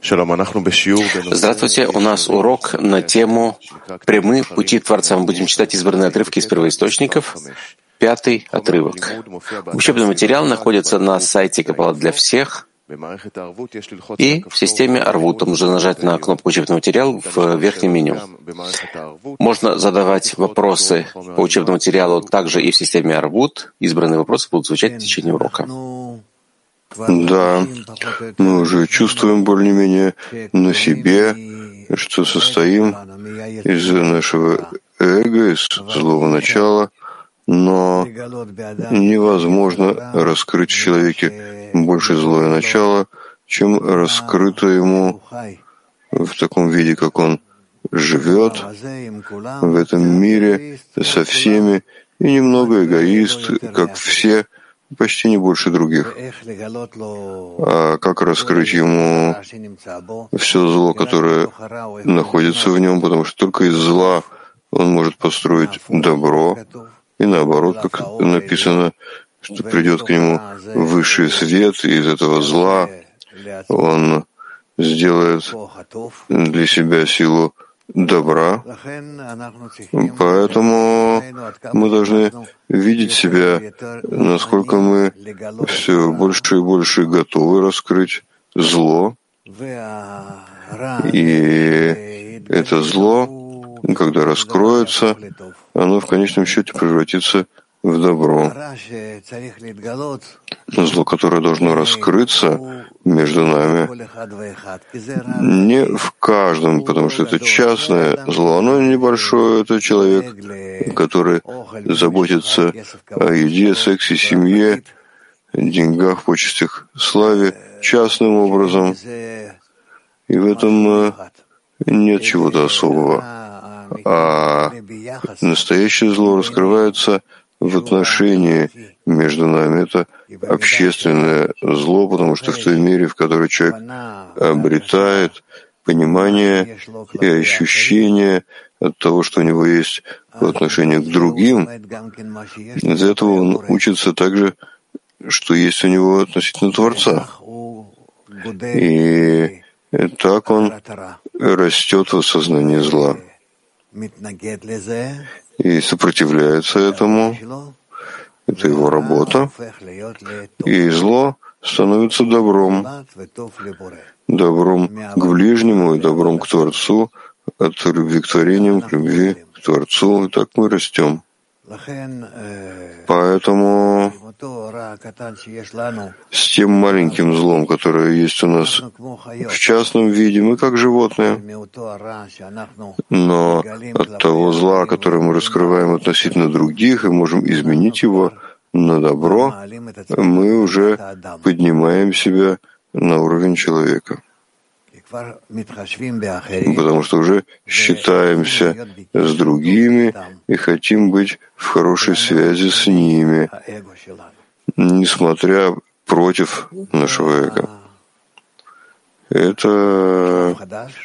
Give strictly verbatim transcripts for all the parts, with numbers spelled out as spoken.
Здравствуйте, у нас урок на тему «Прямые пути Творца». Мы будем читать избранные отрывки из первоисточников. Пятый отрывок. Учебный материал находится на сайте Каббала для всех и в системе Арвут. Там нужно нажать на кнопку «Учебный материал» в верхнем меню. Можно задавать вопросы по учебному материалу также и в системе Арвут. Избранные вопросы будут звучать в течение урока. Да, мы уже чувствуем более-менее на себе, что состоим из нашего эго, из злого начала, но невозможно раскрыть в человеке больше злое начало, чем раскрыто ему в таком виде, как он живет в этом мире со всеми, и немного эгоист, как все, почти не больше других. А как раскрыть ему все зло, которое находится в нем, потому что только из зла он может построить добро, и наоборот, как написано, что придет к нему высший свет, и из этого зла он сделает для себя силу добра. Поэтому мы должны видеть себя, насколько мы все больше и больше готовы раскрыть зло. И это зло, когда раскроется, оно в конечном счете превратится в добро. Зло, которое должно раскрыться между нами, не в каждом, потому что это частное зло, оно небольшое, это человек, который заботится о еде, сексе, семье, деньгах, почестях, славе, частным образом. И в этом нет чего-то особого. А настоящее зло раскрывается в отношении между нами. Это общественное зло, потому что в той мере, в которой человек обретает понимание и ощущение от того, что у него есть по отношению к другим, из этого он учится также, что есть у него относительно Творца. И так он растет в осознании зла и сопротивляется этому. Это его работа. И зло становится добром. Добром к ближнему и добром к Творцу, от любви к творениям, к любви к Творцу. И так мы растем. Поэтому с тем маленьким злом, которое есть у нас в частном виде, мы как животные. Но от того зла, которое мы раскрываем относительно других и можем изменить его на добро, мы уже поднимаем себя на уровень человека. Потому что уже считаемся с другими и хотим быть в хорошей связи с ними, несмотря против нашего эго. Это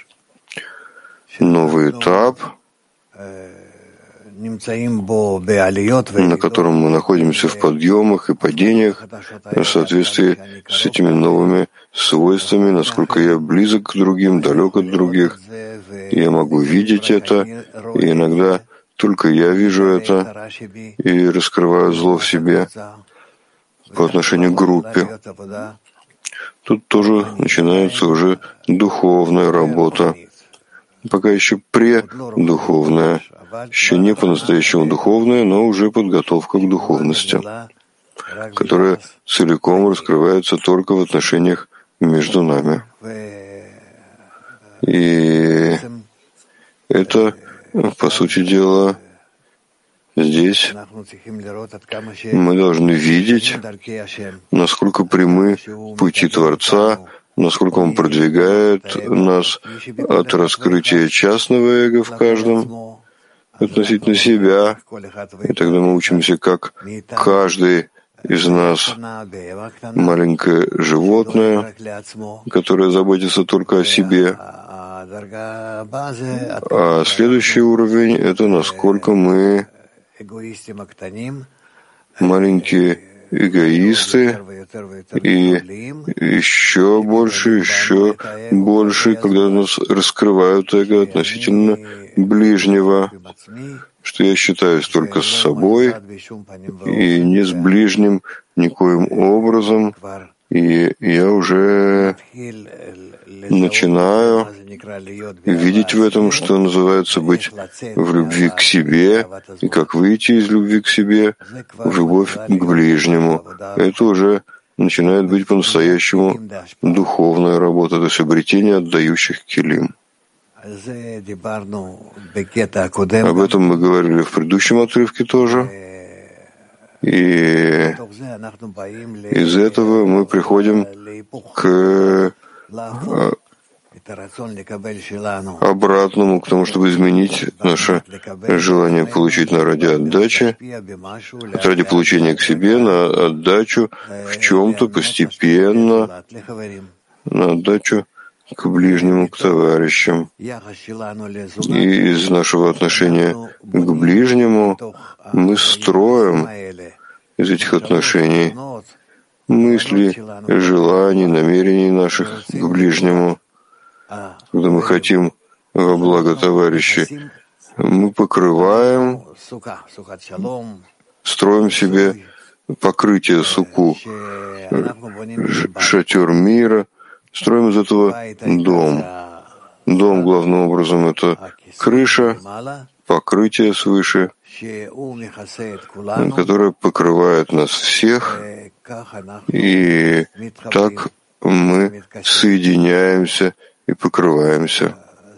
новый этап, на котором мы находимся в подъемах и падениях в соответствии с этими новыми свойствами, насколько я близок к другим, далек от других. Я могу видеть это, и иногда только я вижу это и раскрываю зло в себе по отношению к группе. Тут тоже начинается уже духовная работа, пока еще преддуховная, еще не по-настоящему духовная, но уже подготовка к духовности, которая целиком раскрывается только в отношениях между нами. И это, по сути дела, здесь мы должны видеть, насколько прямы пути Творца, насколько он продвигает нас от раскрытия частного эго в каждом относительно себя. И тогда мы учимся, как каждый из нас маленькое животное, которое заботится только о себе. А следующий уровень — это насколько мы маленькие эгоисты, и еще больше, еще больше, когда нас раскрывают эго относительно ближнего, что я считаюсь только с собой и не с ближним никоим образом, и я уже начинаю видеть в этом, что называется быть в любви к себе, и как выйти из любви к себе в любовь к ближнему. Это уже начинает быть по-настоящему духовная работа, то есть обретение отдающих келим. Об этом мы говорили в предыдущем отрывке тоже. И из этого мы приходим к обратному, к тому, чтобы изменить наше желание получить на ради отдачи, ради получения к себе, на отдачу в чем-то постепенно, на отдачу к ближнему, к товарищам. И из нашего отношения к ближнему мы строим из этих отношений мысли, желаний, намерений наших к ближнему. Когда мы хотим во благо товарищей, мы покрываем, строим себе покрытие суку, шатер мира, строим из этого дом. Дом, главным образом, это крыша, покрытие свыше, которое покрывает нас всех, и так мы соединяемся и покрываемся.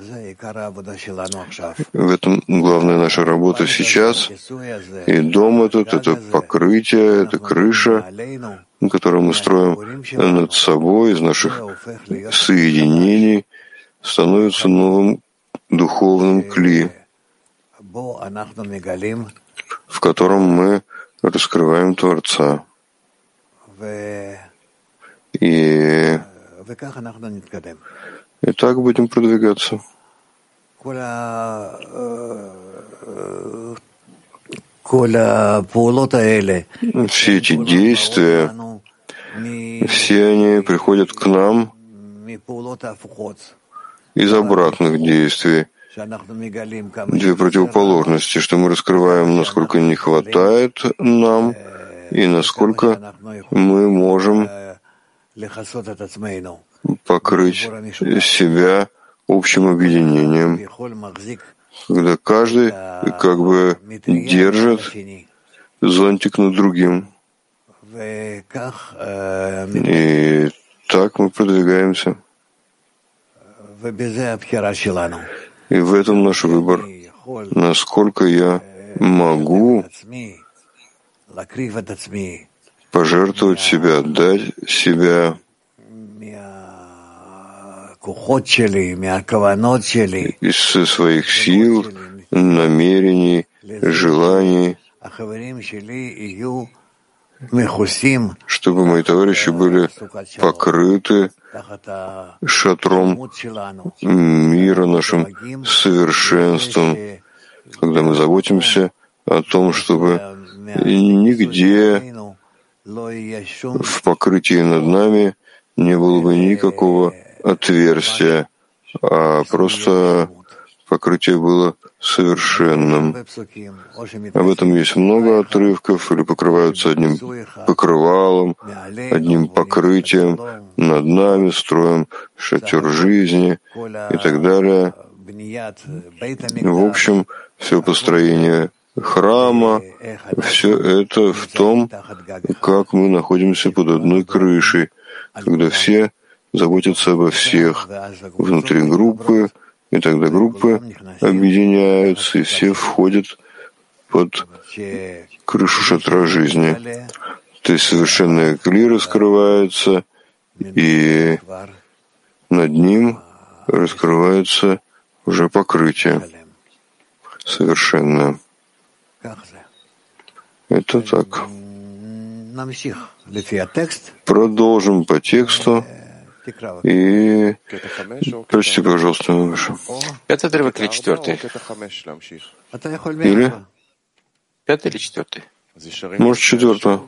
В этом главная наша работа сейчас. И дом этот — это покрытие, это крыша, которую мы строим над собой, из наших соединений, становится новым духовным кли, в котором мы раскрываем Творца. И, и так будем продвигаться. Все эти действия, все они приходят к нам из обратных действий. Две противоположности, что мы раскрываем, насколько не хватает нам, и насколько мы можем покрыть себя общим объединением, когда каждый как бы держит зонтик над другим. И так мы продвигаемся. И в этом наш выбор. Насколько я могу пожертвовать себя, отдать себя из своих сил, намерений, желаний, чтобы мои товарищи были покрыты шатром мира, нашим совершенством, когда мы заботимся о том, чтобы нигде в покрытии над нами не было бы никакого отверстия, а просто покрытие было совершенным. Об этом есть много отрывков, или покрываются одним покрывалом, одним покрытием над нами, строим шатер жизни и так далее. В общем, все построение храма, все это в том, как мы находимся под одной крышей, когда все заботятся обо всех внутри группы, и тогда группы объединяются, и все входят под крышу шатра жизни. То есть совершенная кли раскрывается, и над ним раскрывается уже покрытие совершенное. Это так. Продолжим по тексту. И прочти, пожалуйста, выше. Пятый отрывок или четвертый? Или? Пятый или четвертый? Может, четвертого.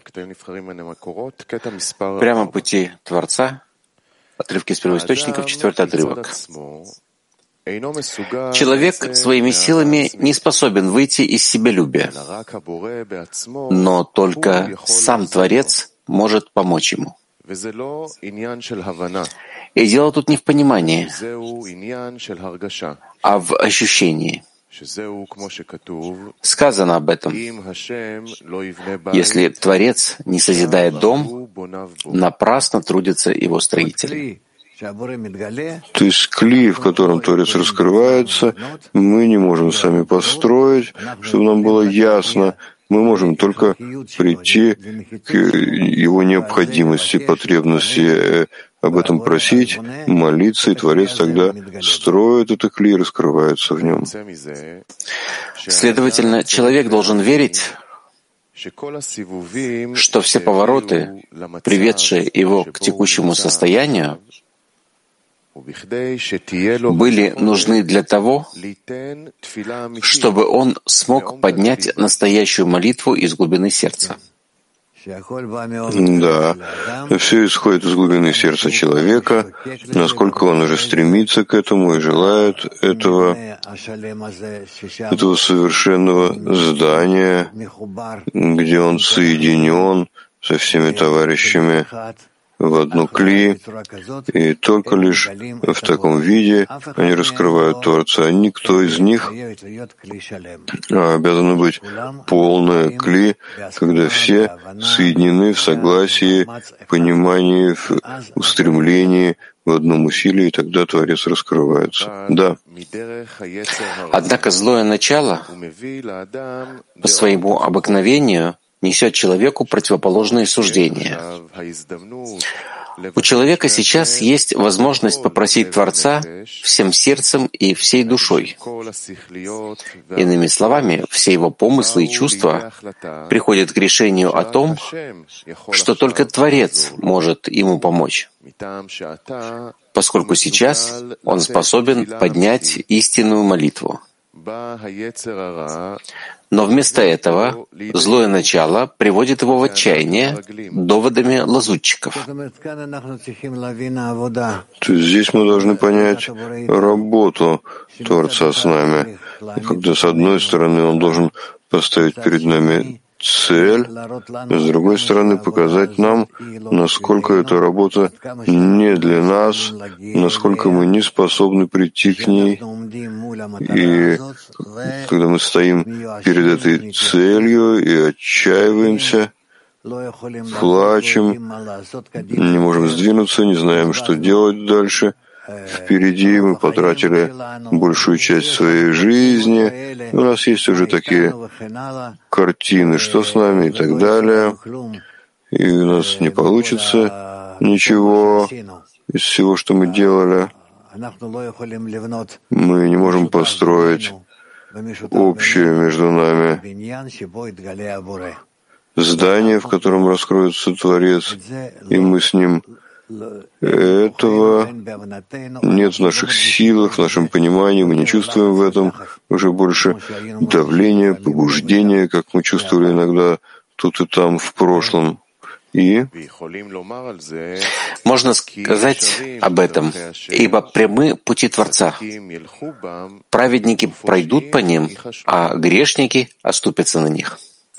Прямо пути Творца, отрывки из первоисточников, четвертый отрывок. Человек своими силами не способен выйти из себялюбия, но только сам Творец может помочь ему. И дело тут не в понимании, а в ощущении. Сказано об этом. Если Творец не созидает дом, напрасно трудятся его строители. То есть клей, в котором Творец раскрывается, мы не можем сами построить, чтобы нам было ясно. Мы можем только прийти к его необходимости, потребности, об этом просить, молиться, и Творец тогда строит это клей и раскрывается в нем. Следовательно, человек должен верить, что все повороты, приведшие его к текущему состоянию, были нужны для того, чтобы он смог поднять настоящую молитву из глубины сердца. Да, все исходит из глубины сердца человека, насколько он уже стремится к этому и желает этого, этого совершенного здания, где он соединен со всеми товарищами в одну кли, и только лишь в таком виде они раскрывают Творца. Никто из них обязан быть полное кли, когда все соединены в согласии, понимании, в устремлении, в одном усилии, и тогда Творец раскрывается. Да. Однако злое начало по своему обыкновению несет человеку противоположные суждения. У человека сейчас есть возможность попросить Творца всем сердцем и всей душой. Иными словами, все его помыслы и чувства приходят к решению о том, что только Творец может ему помочь, поскольку сейчас он способен поднять истинную молитву. Но вместо этого злое начало приводит его в отчаяние доводами лазутчиков. То есть здесь мы должны понять работу Творца с нами. Когда, с одной стороны, он должен поставить перед нами цель, с другой стороны, показать нам, насколько эта работа не для нас, насколько мы не способны прийти к ней. И когда мы стоим перед этой целью и отчаиваемся, плачем, не можем сдвинуться, не знаем, что делать дальше, впереди мы потратили большую часть своей жизни, у нас есть уже такие картины, что с нами и так далее, и у нас не получится ничего из всего, что мы делали. Мы не можем построить общее между нами здание, в котором раскроется Творец, и мы с ним. Этого нет в наших силах, в нашем понимании, мы не чувствуем в этом уже больше давления, побуждения, как мы чувствовали иногда тут и там в прошлом. И можно сказать об этом, ибо прямы пути Творца. Праведники пройдут по ним, а грешники оступятся на них.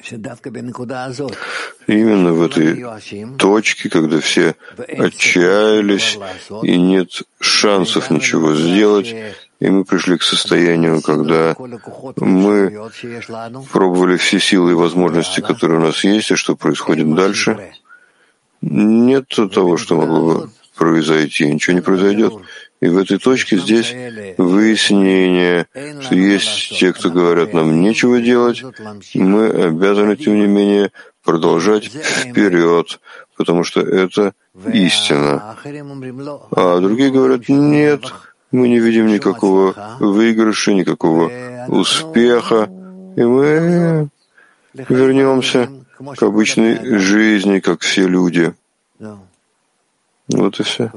Именно в этой точке, когда все отчаялись и нет шансов ничего сделать, и мы пришли к состоянию, когда мы пробовали все силы и возможности, которые у нас есть, и что происходит дальше, нет того, что могло бы произойти, ничего не произойдет. И в этой точке здесь выяснение, что есть те, кто говорят, нам нечего делать, мы обязаны, тем не менее, продолжать вперед, потому что это истина. А другие говорят, нет, мы не видим никакого выигрыша, никакого успеха, и мы вернемся к обычной жизни, как все люди. Вот и все.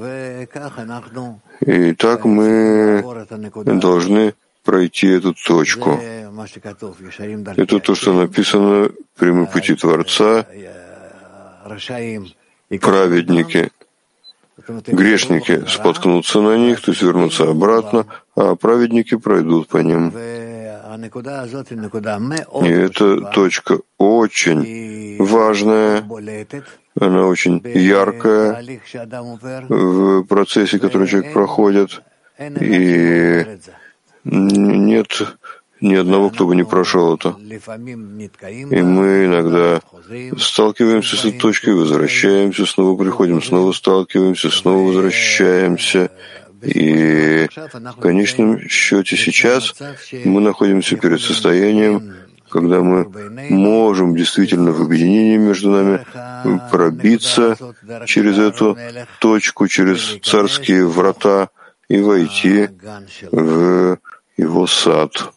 И так мы должны пройти эту точку. Это то, что написано прямы пути Творца, праведники, грешники споткнутся на них, то есть вернутся обратно, а праведники пройдут по ним. И эта точка очень важная, она очень яркая в процессе, который человек проходит, и нет ни одного, кто бы не прошел это. И мы иногда сталкиваемся с этой точкой, возвращаемся, снова приходим, снова сталкиваемся, снова возвращаемся. И в конечном счете сейчас мы находимся перед состоянием, когда мы можем действительно в объединении между нами пробиться через эту точку, через царские врата и войти в его сад.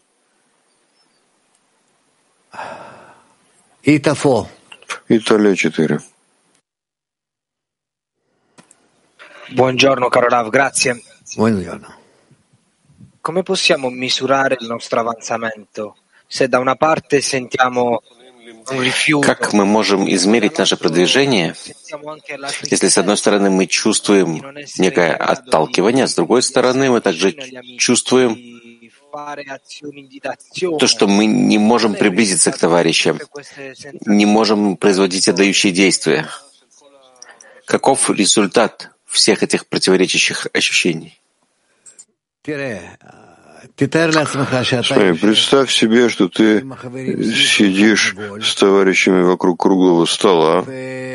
Италия четыре. Buongiorno caro Rav, grazie. Buongiorno. Come possiamo misurare il nostro avanzamento se da una parte sentiamo un rifiuto? Как мы можем измерить наше продвижение, если с одной стороны мы чувствуем некое отталкивание, а с другой стороны мы также чувствуем то, что мы не можем приблизиться к товарищам, не можем производить отдающие действия. Каков результат всех этих противоречащих ощущений? Смотри, представь себе, что ты сидишь с товарищами вокруг круглого стола,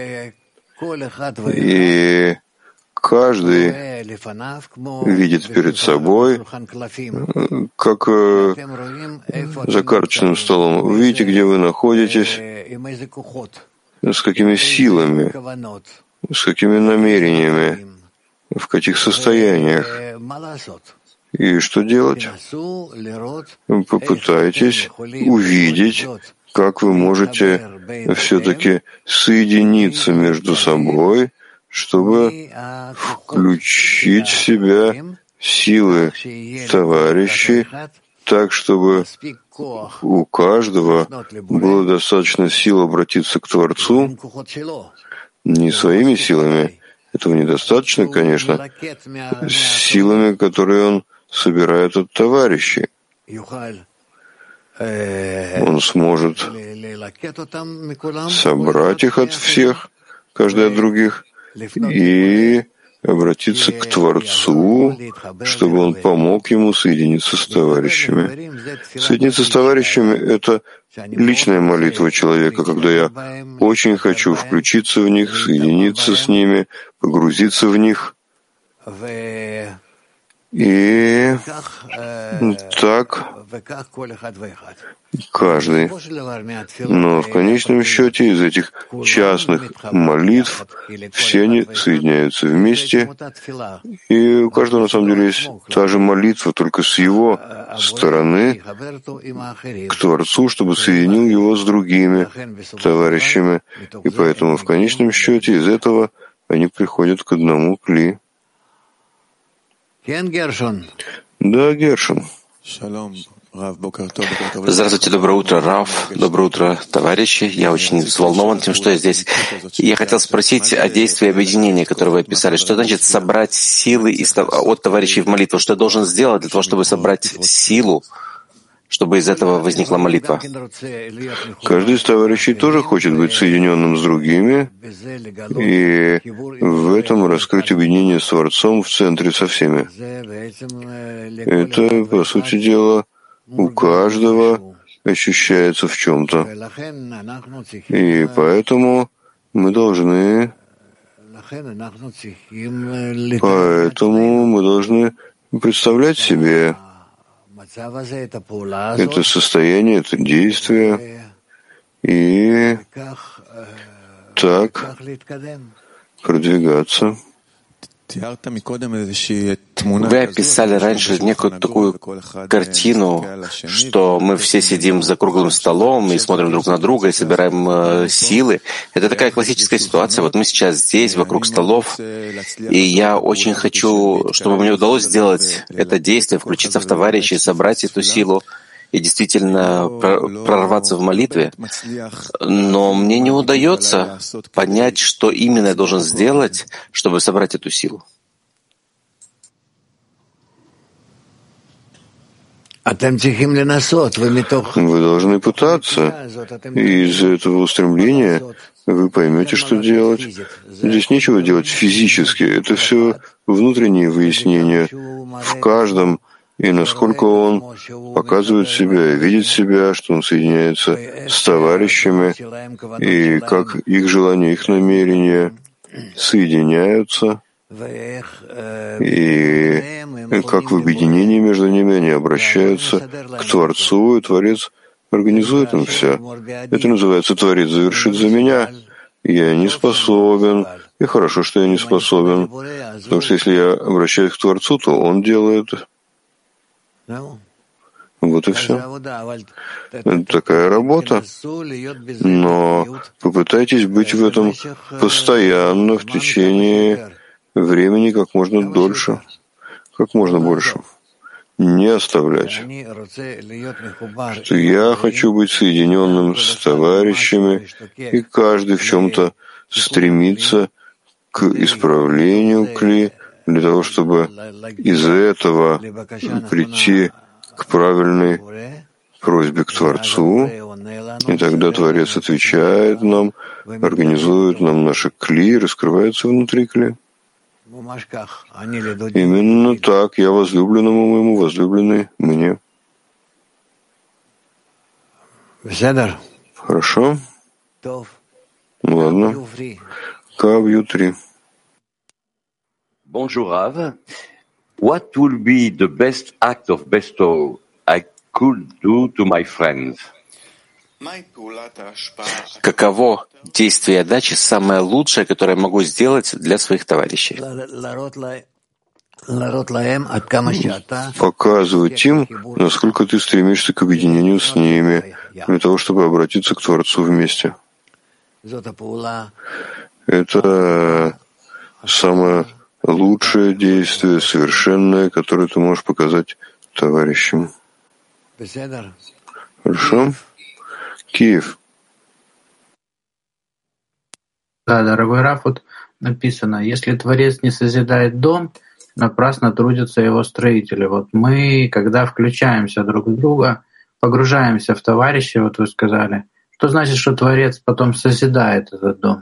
и каждый видит перед собой, как за карточным столом. Вы видите, где вы находитесь, с какими силами, с какими намерениями, в каких состояниях. И что делать? Попытайтесь увидеть, как вы можете все-таки соединиться между собой, чтобы включить в себя силы товарищей, так, чтобы у каждого было достаточно сил обратиться к Творцу не своими силами, этого недостаточно, конечно, с силами, которые он собирает от товарищей. Он сможет собрать их от всех, каждый от других, и обратиться к Творцу, чтобы он помог ему соединиться с товарищами. Соединиться с товарищами — это личная молитва человека, когда я очень хочу включиться в них, соединиться с ними, погрузиться в них. И так каждый. Но в конечном счете из этих частных молитв все они соединяются вместе, и у каждого на самом деле есть та же молитва, только с его стороны к Творцу, чтобы соединил его с другими товарищами. И поэтому в конечном счете из этого они приходят к одному кли. Да, Гершон. Здравствуйте, доброе утро, Рав, доброе утро, товарищи. Я очень взволнован тем, что я здесь. Я хотел спросить о действии объединения, которое вы описали. Что значит собрать силы от товарищей в молитву? Что я должен сделать для того, чтобы собрать силу, чтобы из этого возникла молитва? Каждый из товарищей тоже хочет быть соединенным с другими, и в этом раскрыть объединение с Творцом в центре со всеми. Это, по сути дела, у каждого ощущается в чем-то. И поэтому мы должны поэтому мы должны представлять себе это состояние, это действие, и так продвигаться. Вы описали раньше некую такую картину, что мы все сидим за круглым столом и смотрим друг на друга и собираем э, силы. Это такая классическая ситуация. Вот мы сейчас здесь, вокруг столов, и я очень хочу, чтобы мне удалось сделать это действие, включиться в товарищей, собрать эту силу и действительно прорваться в молитве, но мне не удается понять, что именно я должен сделать, чтобы собрать эту силу. Вы должны пытаться, и из этого устремления вы поймете, что делать. Здесь нечего делать физически, это все внутренние выяснения в каждом, и насколько он показывает себя, видит себя, что он соединяется с товарищами, и как их желания, их намерения соединяются, и как в объединении между ними они обращаются к Творцу, и Творец организует им все. Это называется «Творец завершит за меня». Я не способен, и хорошо, что я не способен, потому что если я обращаюсь к Творцу, то Он делает. Вот и все. Это такая работа. Но попытайтесь быть в этом постоянно, в течение времени как можно дольше, как можно больше. Не оставлять. Что я хочу быть соединенным с товарищами, и каждый в чем-то стремится к исправлению кли, для того, чтобы из этого прийти к правильной просьбе к Творцу, и тогда Творец отвечает нам, организует нам наши кли, раскрывается внутри кли. Именно так, я возлюбленному моему, возлюбленный мне. Хорошо? Ладно. Кавью три. Bonjour, Rav. What will be the best act of bestow I could do to my friends? Каково действие отдачи самое лучшее, которое я могу сделать для своих товарищей? Показывать им, насколько ты стремишься к объединению с ними, для того, чтобы обратиться к Творцу вместе. Это самое лучшее действие, совершенное, которое ты можешь показать товарищам. Хорошо? Киев. Да, дорогой Раф, вот написано, если Творец не созидает дом, напрасно трудятся его строители. Вот мы, когда включаемся друг в друга, погружаемся в товарища, вот вы сказали, что значит, что Творец потом созидает этот дом?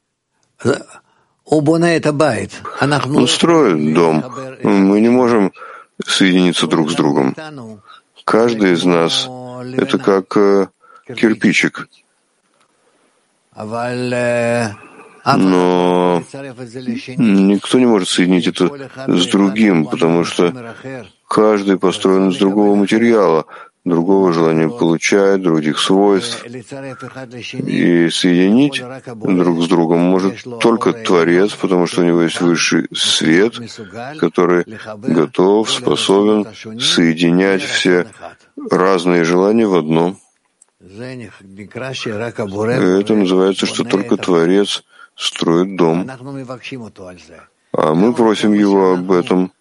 Он строит дом. Мы не можем соединиться друг с другом. Каждый из нас — это как кирпичик. Но никто не может соединить это с другим, потому что каждый построен из другого материала, другого желания получать, других свойств. И соединить друг с другом может только Творец, потому что у него есть высший свет, который готов, способен соединять все разные желания в одно. Это называется, что только Творец строит дом. А мы просим его об этом.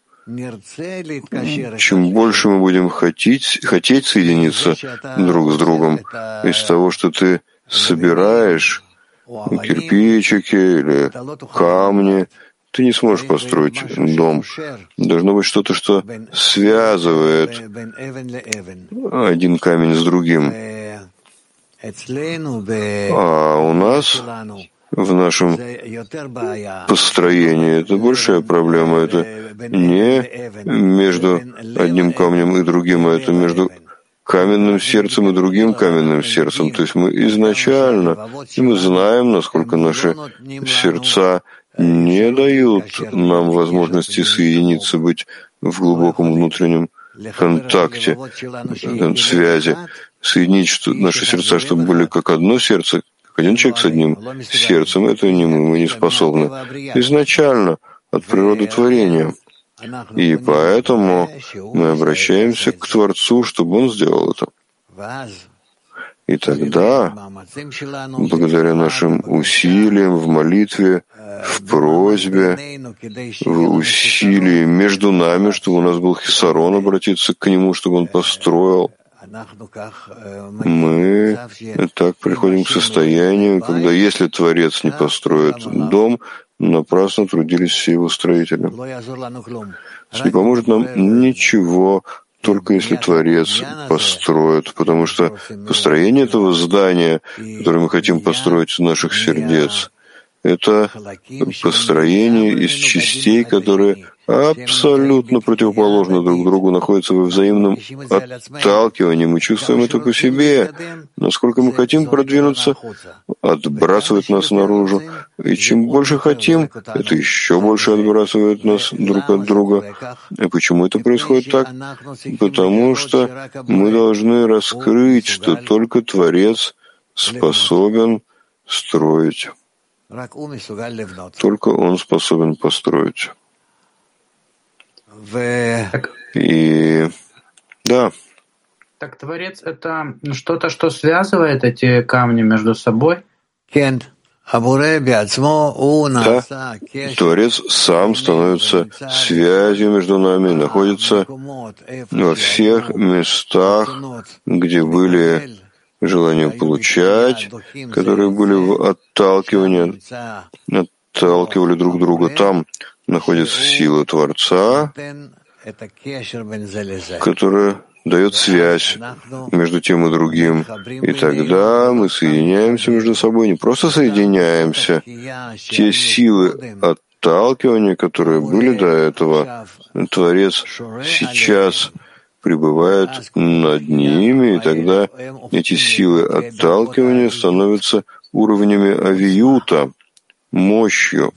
Чем больше мы будем хотеть, хотеть соединиться друг с другом, из того, что ты собираешь кирпичики или камни, ты не сможешь построить дом. Должно быть что-то, что связывает один камень с другим. А у нас в нашем построении это большая проблема. Это не между одним камнем и другим, а это между каменным сердцем и другим каменным сердцем. То есть мы изначально, и мы знаем, насколько наши сердца не дают нам возможности соединиться, быть в глубоком внутреннем контакте, связи, соединить что, наши сердца, чтобы были как одно сердце, как один человек с одним сердцем. Это не мы, мы не способны. Изначально, от природы творения. И поэтому мы обращаемся к Творцу, чтобы Он сделал это. И тогда, благодаря нашим усилиям в молитве, в просьбе, в усилии между нами, чтобы у нас был хисарон, обратиться к Нему, чтобы Он построил, мы так приходим к состоянию, когда если Творец не построит дом, напрасно трудились все его строители. Не поможет нам ничего, только если Творец построит, потому что построение этого здания, которое мы хотим построить из наших сердец, это построение из частей, которые абсолютно противоположны друг другу, находятся во взаимном отталкивании. Мы чувствуем это по себе. Насколько мы хотим продвинуться, отбрасывает нас наружу. И чем больше хотим, это еще больше отбрасывает нас друг от друга. И почему это происходит так? Потому что мы должны раскрыть, что только Творец способен строить. Только Он способен построить. И да. Так Творец — это что-то, что связывает эти камни между собой? Да. Творец сам становится связью между нами, находится во всех местах, где были желания получать, которые были в отталкивании, отталкивали друг друга. Там находится сила Творца, которая дает связь между тем и другим. И тогда мы соединяемся между собой, не просто соединяемся. Те силы отталкивания, которые были до этого, Творец сейчас пребывает над ними, и тогда эти силы отталкивания становятся уровнями авиюта, мощью.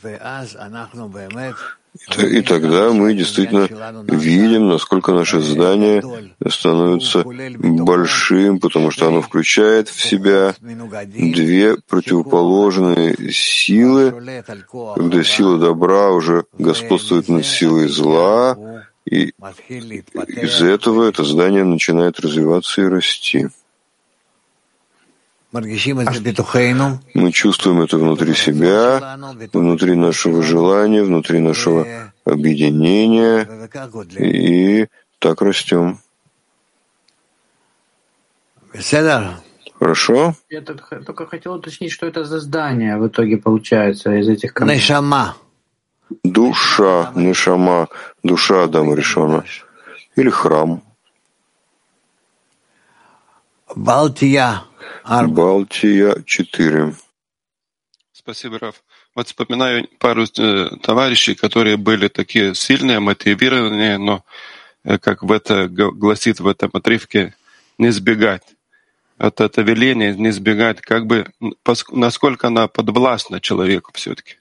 И тогда мы действительно видим, насколько наше здание становится большим, потому что оно включает в себя две противоположные силы, когда сила добра уже господствует над силой зла, и из этого это здание начинает развиваться и расти. Мы чувствуем это внутри себя, внутри нашего желания, внутри нашего объединения, и так растем. Хорошо? Я только хотел уточнить, что это за здание в итоге получается из этих камней. Душа, нешама, душа Адама Ришона. Или храм. Балтия. Балтия четыре. Спасибо, Раф. Вот вспоминаю пару э, товарищей, которые были такие сильные, мотивированные, но, э, как в это гласит в этом отрывке, не сбегать. Вот это веление не сбегать, как бы, насколько она подвластна человеку все-таки.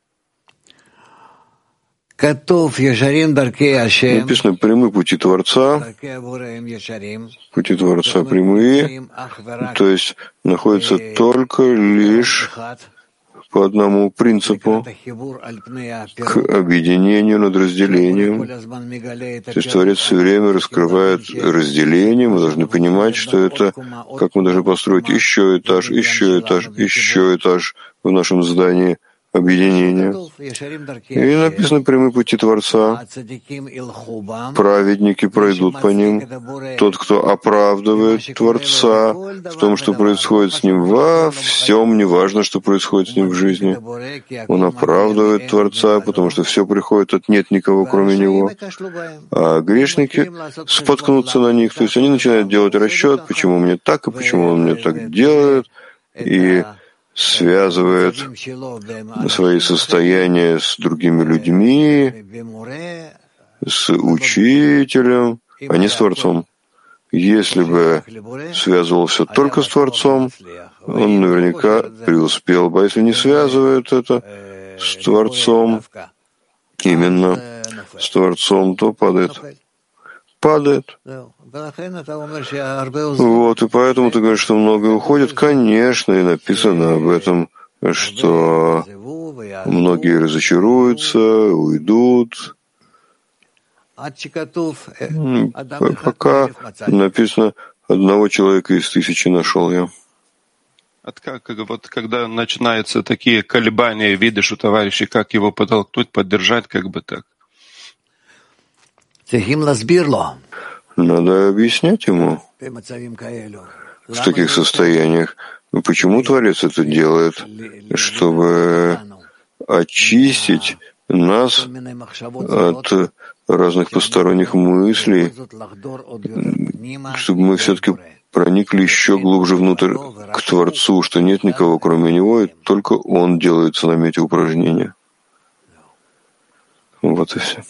Написано «прямые пути Творца», пути Творца прямые, то есть находятся только лишь по одному принципу, к объединению над разделением. То есть Творец все время раскрывает разделение, мы должны понимать, что это, как мы должны построить еще этаж, еще этаж, еще этаж в нашем здании объединения. И написано «прямые пути Творца». Праведники пройдут по ним. Тот, кто оправдывает Творца в том, что происходит с ним во всем, неважно, что происходит с ним в жизни. Он оправдывает Творца, потому что все приходит от «нет никого, кроме Него». А грешники споткнутся на них, то есть они начинают делать расчет, почему мне так и почему он мне так делает, и связывает свои состояния с другими людьми, с учителем, а не с Творцом. Если бы связывался только с Творцом, он наверняка преуспел бы. А если не связывает это с Творцом, именно с Творцом, то падает. Падает. Вот, и поэтому ты говоришь, что многое уходит. Конечно, и написано об этом, что многие разочаруются, уйдут. Пока написано, одного человека из тысячи нашел я. От как, вот когда начинаются такие колебания, видишь у товарищей, как его подтолкнуть, поддержать, как бы так. Надо объяснять ему в таких состояниях, почему Творец это делает, чтобы очистить нас от разных посторонних мыслей, чтобы мы все-таки проникли еще глубже внутрь к Творцу, что нет никого кроме Него, и только Он делает с нами эти упражнения. Вот и все.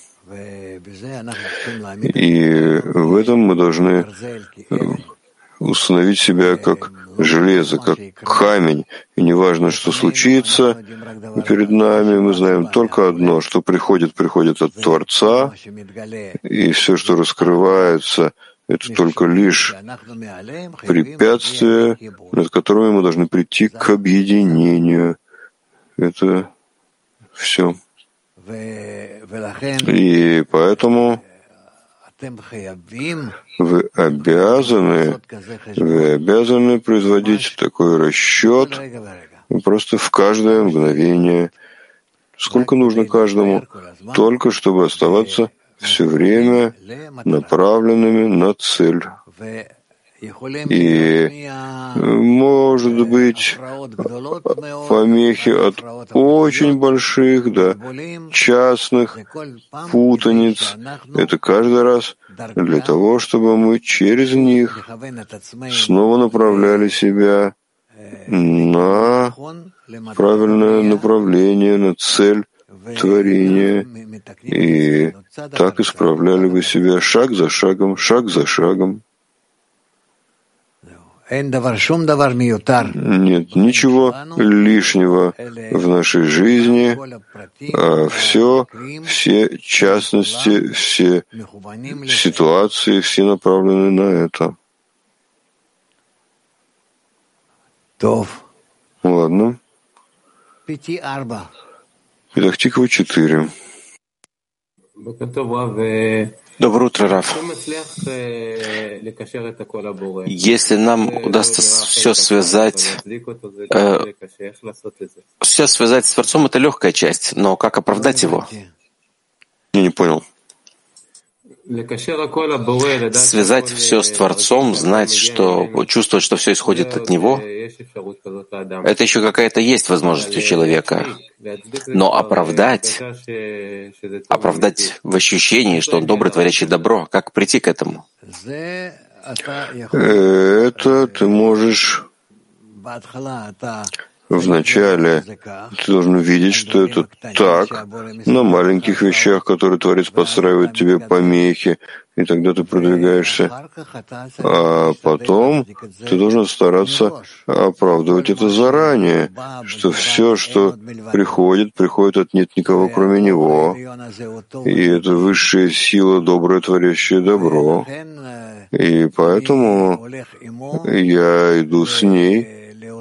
И в этом мы должны установить себя как железо, как камень. И неважно, что случится перед нами, мы знаем только одно, что приходит, приходит от Творца, и все, что раскрывается, это только лишь препятствия, над которыми мы должны прийти к объединению. Это все. И поэтому вы обязаны, вы обязаны производить такой расчет просто в каждое мгновение. Сколько нужно каждому? Только чтобы оставаться все время направленными на цель. И, может быть, помехи от очень больших до частных путаниц. Это каждый раз для того, чтобы мы через них снова направляли себя на правильное направление, на цель творения. И так исправляли вы себя шаг за шагом, шаг за шагом. Нет ничего лишнего в нашей жизни, а все, все частности, все ситуации, все направлены на это. Ладно. Итак, Тиква четыре. Доброе утро, Рав. Если нам удастся все связать, э, все связать с Творцом, это легкая часть, но как оправдать его? Я не понял. Связать все с Творцом, знать, что, чувствовать, что все исходит от Него, это еще какая-то есть возможность у человека. Но оправдать, оправдать в ощущении, что он добрый, творящий добро, как прийти к этому? Это ты можешь вначале, ты должен увидеть, что это так, на маленьких вещах, которые Творец подстраивает тебе помехи, и тогда ты продвигаешься. А потом ты должен стараться оправдывать это заранее, что все, что приходит, приходит от нет никого, кроме Него. И это высшая сила, добрая, творящая добро. И поэтому я иду с ней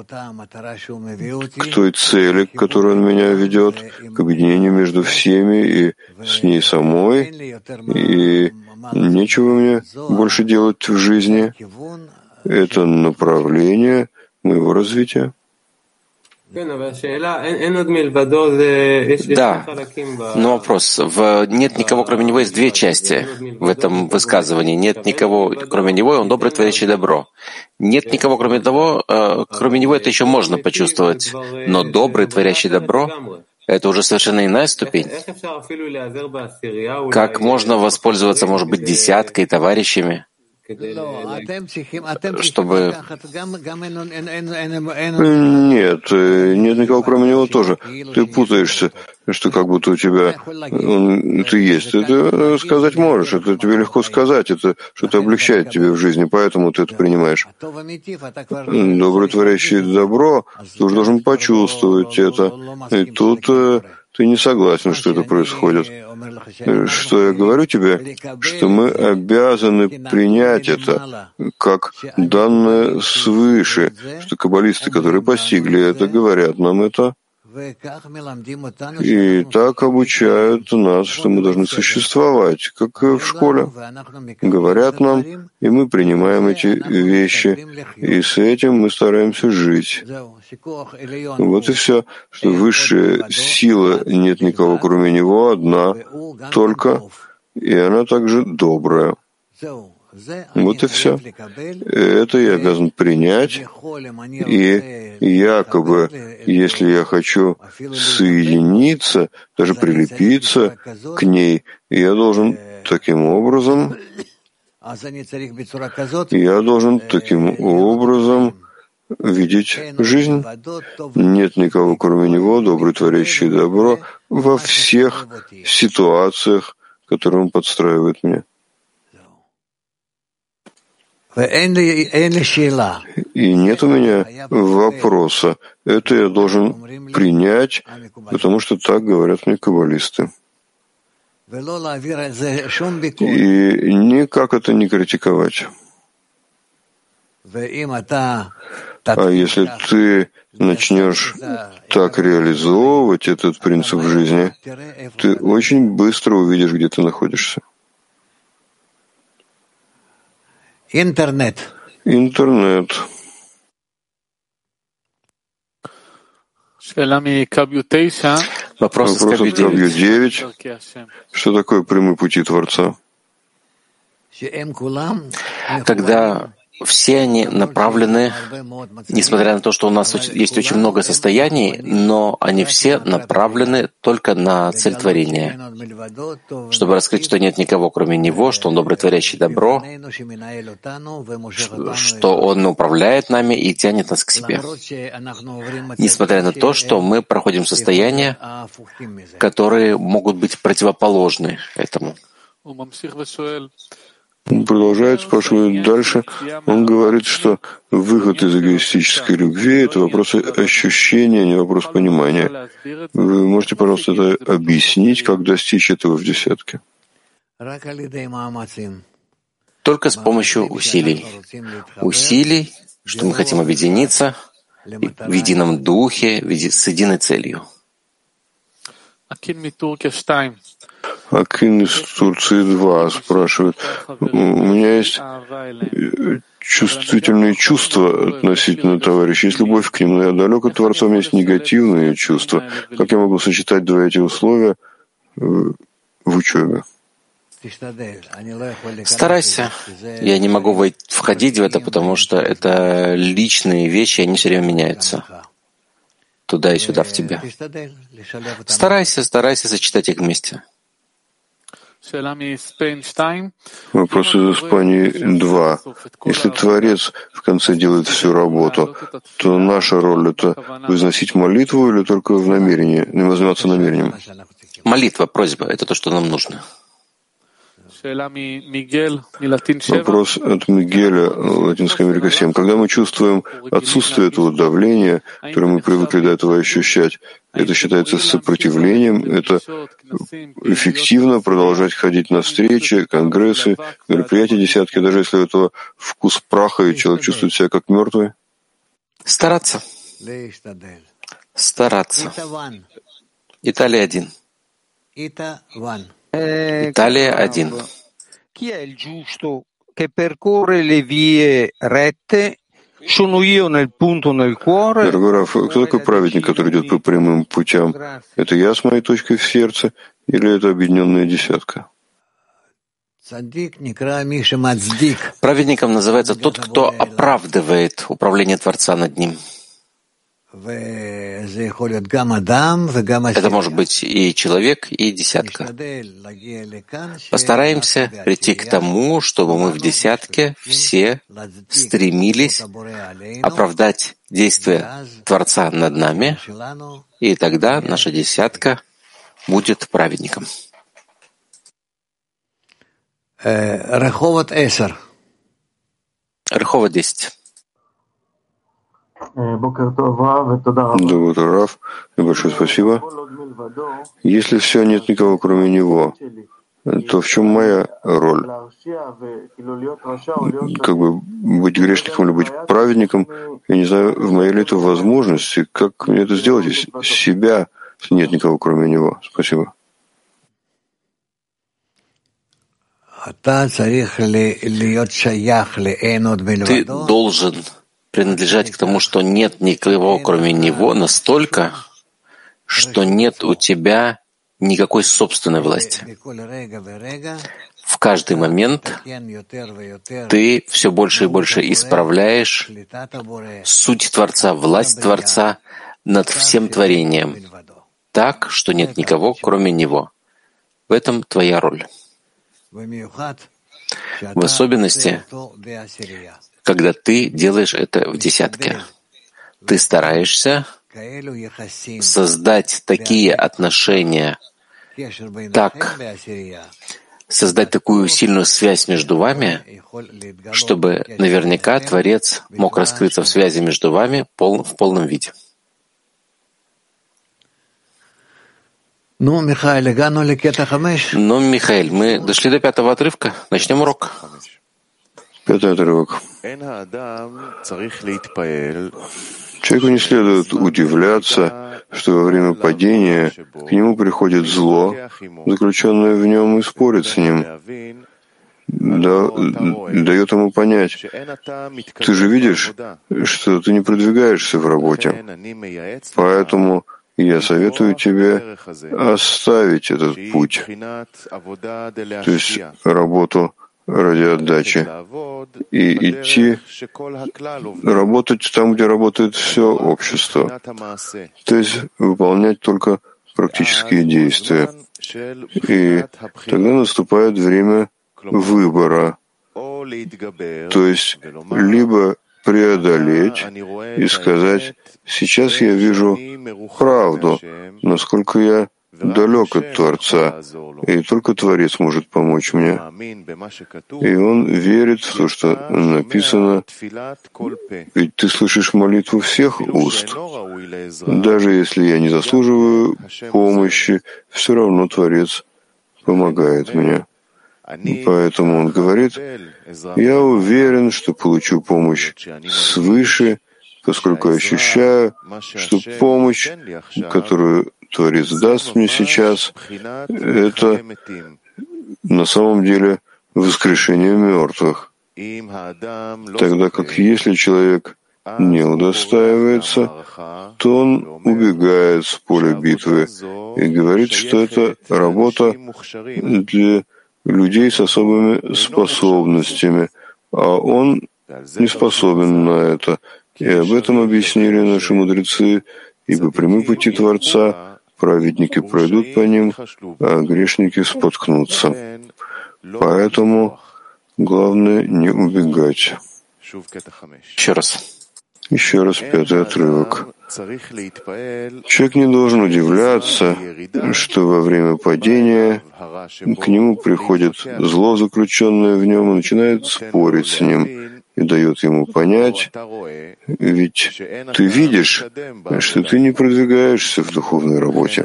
к той цели, к которой он меня ведет, к объединению между всеми и с ней самой, и нечего мне больше делать в жизни. Это направление моего развития. Да, но вопрос. В «нет никого, кроме Него» есть две части в этом высказывании. Нет никого, кроме Него, и Он добрый, творящий добро. Нет никого, кроме того, кроме Него, это еще можно почувствовать. Но добрый, творящий добро — это уже совершенно иная ступень. Как можно воспользоваться, может быть, десяткой, товарищами, чтобы... Нет, нет никого кроме него тоже. Ты путаешься, что как будто у тебя он, ты есть. Ты это сказать можешь, это тебе легко сказать, это что-то облегчает тебе в жизни, поэтому ты это принимаешь. Добрый, творящий добро, ты уже должен почувствовать это. И тут ты не согласен, что это происходит. Что я говорю тебе, что мы обязаны принять это как данное свыше, что каббалисты, которые постигли это, говорят нам это, и так обучают нас, что мы должны существовать, как в школе. Говорят нам, и мы принимаем эти вещи, и с этим мы стараемся жить. Вот и все, что высшая сила, нет никого кроме него, одна, только, и она также добрая. Вот и все. Это я обязан принять, и якобы, если я хочу соединиться, даже прилепиться к ней, я должен таким образом, я должен таким образом видеть жизнь. Нет никого, кроме Него, добрый, творящий добро, во всех ситуациях, которые Он подстраивает мне. И нет у меня вопроса. Это я должен принять, потому что так говорят мне каббалисты. И никак это не критиковать. А если ты начнешь так реализовывать этот принцип в жизни, ты очень быстро увидишь, где ты находишься. Интернет. Интернет. Вопрос из Кабью девять. Что такое прямые пути Творца? Когда все они направлены, несмотря на то, что у нас есть очень много состояний, но они все направлены только на цель творения, чтобы раскрыть, что нет никого, кроме Него, что Он добрый, творящий добро, что Он управляет нами и тянет нас к себе. Несмотря на то, что мы проходим состояния, которые могут быть противоположны этому. Он продолжает, спрашивает дальше. Он говорит, что выход из эгоистической любви — это вопрос ощущения, а не вопрос понимания. Вы можете, пожалуйста, это объяснить, как достичь этого в десятке? Только с помощью усилий. Усилий, что мы хотим объединиться в едином духе, с единой целью. Акин из Турции два спрашивает. У меня есть чувствительные чувства относительно товарища. Есть любовь к ним, но я далек от Творца, у меня есть негативные чувства. Как я могу сочетать два эти условия в учебе? Старайся. Я не могу входить в это, потому что это личные вещи, они все время меняются. Туда и сюда в тебе. Старайся, старайся сочетать их вместе. Вопрос из Испании два. Если Творец в конце делает всю работу, то наша роль — это возносить молитву или только в намерении, не возниматься намерением? Молитва, просьба — это то, что нам нужно. Вопрос от Мигеля, Латинская Америка семь. Когда мы чувствуем отсутствие этого давления, которое мы привыкли до этого ощущать, это считается сопротивлением, это эффективно продолжать ходить на встречи, конгрессы, мероприятия десятки, даже если у этого вкус праха и человек чувствует себя как мертвый? Стараться. Стараться. Италия один. Италия один. Дорогой Раф, кто такой праведник, который идет по прямым путям? Это я с моей точкой в сердце или это объединенная десятка? Праведником называется тот, кто оправдывает управление Творца над ним. Это может быть и человек, и десятка. Постараемся прийти к тому, чтобы мы в десятке все стремились оправдать действия Творца над нами, и тогда наша десятка будет праведником. Реховот десять. Доброе утро, Раф. Большое спасибо. Если все, нет никого, кроме него, то в чем моя роль? Как бы быть грешником или быть праведником? Я не знаю, в моей ли это возможности. Как мне это сделать, если себя нет никого, кроме него? Спасибо. Ты должен принадлежать к тому, что нет никого, кроме Него, настолько, что нет у тебя никакой собственной власти. в каждый момент ты все больше и больше исправляешь суть Творца, власть Творца над всем творением, так, что нет никого, кроме Него. В этом твоя роль. В особенности, когда ты делаешь это в десятке. Ты стараешься создать такие отношения, так, создать такую сильную связь между вами, чтобы наверняка Творец мог раскрыться в связи между вами пол, в полном виде. Ну, Михаил, мы дошли до пятого отрывка. Начнем урок. Пятый отрывок. Человеку не следует удивляться, что во время падения к нему приходит зло, заключенное в нем, и спорит с ним, да, дает ему понять: ты же видишь, что ты не продвигаешься в работе, поэтому я советую тебе оставить этот путь, то есть работу ради отдачи, и идти работать там, где работает все общество, то есть выполнять только практические действия. И тогда наступает время выбора, то есть либо преодолеть и сказать: сейчас я вижу правду, насколько я далек от Творца, и только Творец может помочь мне. И он верит в то, что написано, ведь ты слышишь молитву всех уст. Даже если я не заслуживаю помощи, все равно Творец помогает мне. Поэтому он говорит: я уверен, что получу помощь свыше, поскольку ощущаю, что помощь, которую Творец даст мне сейчас, это на самом деле воскрешение мертвых. Тогда как если человек не удостаивается, то он убегает с поля битвы и говорит, что это работа для людей с особыми способностями, а он не способен на это. И об этом объяснили наши мудрецы: ибо прямые пути Творца праведники пройдут по ним, а грешники споткнутся. Поэтому главное не убегать. Еще раз. Еще раз пятый отрывок. Человек не должен удивляться, что во время падения к нему приходит зло, заключенное в нем, и начинает спорить с ним, и дает ему понять: ведь ты видишь, что ты не продвигаешься в духовной работе.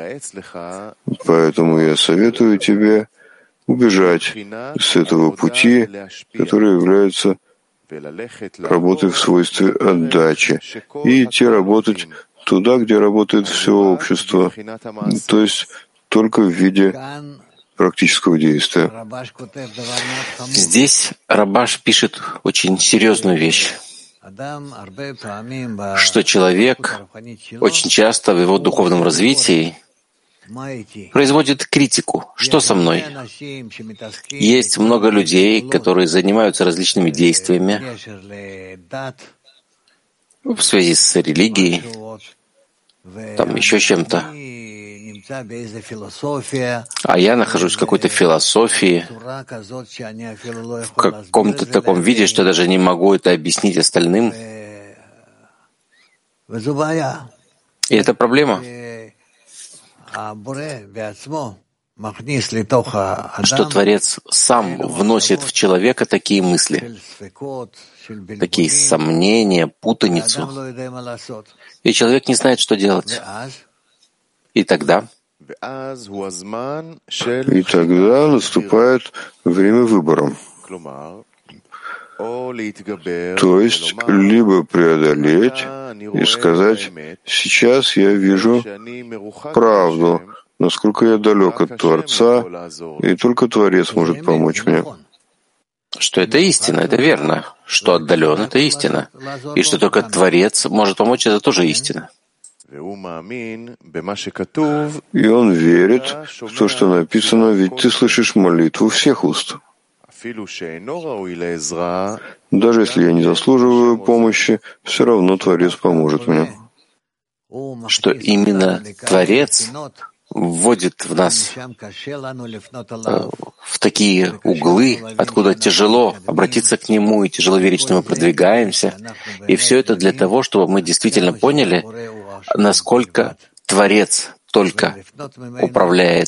Поэтому я советую тебе убежать с этого пути, который является работой в свойстве отдачи, и идти работать туда, где работает все общество, то есть только в виде практического действия. Здесь Рабаш пишет очень серьезную вещь, что человек очень часто в его духовном развитии производит критику. Что со мной? Есть много людей, которые занимаются различными действиями в связи с религией, там еще чем-то. А я нахожусь в какой-то философии, в каком-то таком виде, что даже не могу это объяснить остальным. И это проблема. Что Творец сам вносит в человека такие мысли, такие сомнения, путаницу, и человек не знает, что делать. И тогда? И тогда наступает время выбора. То есть либо преодолеть и сказать: сейчас я вижу правду, насколько я далек от Творца, и только Творец может помочь мне. Что это истина, это верно. Что отдален, это истина. И что только Творец может помочь, это тоже истина. И он верит в то, что написано, ведь ты слышишь молитву всех уст. Даже если я не заслуживаю помощи, все равно Творец поможет мне. Что именно Творец вводит в нас в такие углы, откуда тяжело обратиться к Нему и тяжело верить, что мы продвигаемся. И все это для того, чтобы мы действительно поняли, насколько Творец только управляет,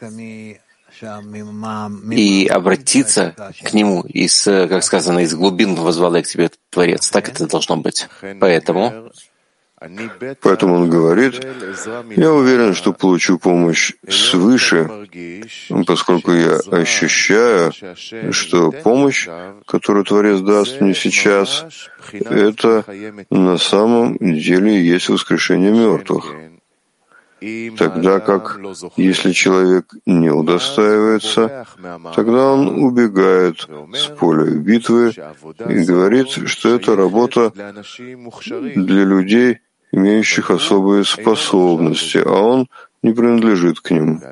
и обратиться к Нему из, как сказано, из глубин возвал я к тебе, Творец. Так это должно быть. Поэтому Поэтому он говорит, я уверен, что получу помощь свыше, поскольку я ощущаю, что помощь, которую Творец даст мне сейчас, это на самом деле есть воскрешение мертвых. Тогда как, если человек не удостаивается, тогда он убегает с поля битвы и говорит, что это работа для людей, имеющих особые способности, а он не принадлежит к ним.